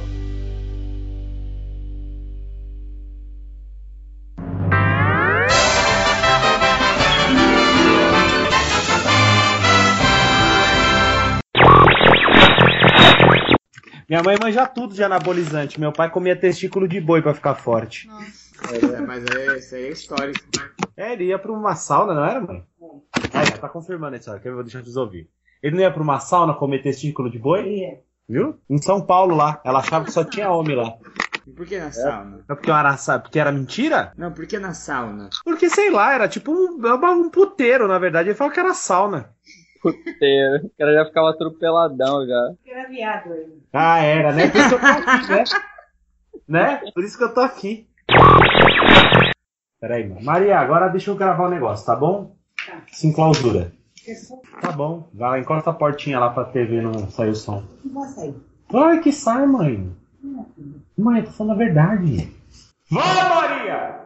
[SPEAKER 1] Minha mãe manja tudo de anabolizante. Meu pai comia testículo de boi pra ficar forte.
[SPEAKER 3] Nossa. Mas isso aí é histórico.
[SPEAKER 1] Ele ia pra uma sauna, não era, mãe? Já tá confirmando a história, que eu vou deixar vocês ouvir. Ele não ia pra uma sauna comer testículo de boi? Ia. Viu? Em São Paulo lá. Ela achava que só tinha homem lá.
[SPEAKER 3] E por que na sauna?
[SPEAKER 1] Porque era mentira?
[SPEAKER 3] Não, por que na sauna?
[SPEAKER 1] Porque, sei lá, era tipo um puteiro, na verdade. Ele falou que era sauna.
[SPEAKER 4] Puteiro. O cara já ficava atropeladão já.
[SPEAKER 2] Era viado aí.
[SPEAKER 1] Ah, era, né? Por isso que eu tô aqui, né? Por isso que eu tô aqui. Peraí, Maria, agora deixa eu gravar o negócio, tá bom?
[SPEAKER 2] Tá.
[SPEAKER 1] Sem clausura. Tá bom. Vai lá, encosta a portinha lá pra TV não sair o som.
[SPEAKER 2] Não vai sair.
[SPEAKER 1] Vai que sai, mãe. Mãe, eu tô falando a verdade. Vai, Maria!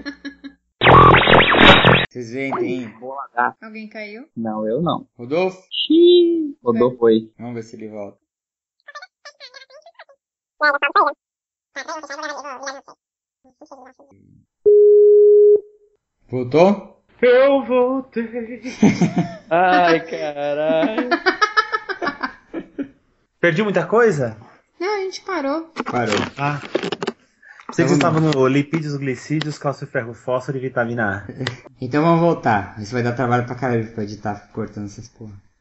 [SPEAKER 3] Vocês veem, tem...
[SPEAKER 5] Alguém caiu?
[SPEAKER 4] Não, eu não.
[SPEAKER 3] Rodolfo?
[SPEAKER 4] Xiii. Rodolfo foi.
[SPEAKER 3] Vamos ver se ele volta. Voltou?
[SPEAKER 1] Eu voltei.
[SPEAKER 4] Ai, caralho.
[SPEAKER 1] Perdi muita coisa?
[SPEAKER 5] Não, a gente parou.
[SPEAKER 3] Parou.
[SPEAKER 1] Ah. Sei que você estava no lipídios, glicídios, cálcio, ferro, fósforo e vitamina A.
[SPEAKER 3] Então vamos voltar. Isso vai dar trabalho pra caralho pra editar, cortando essas porra.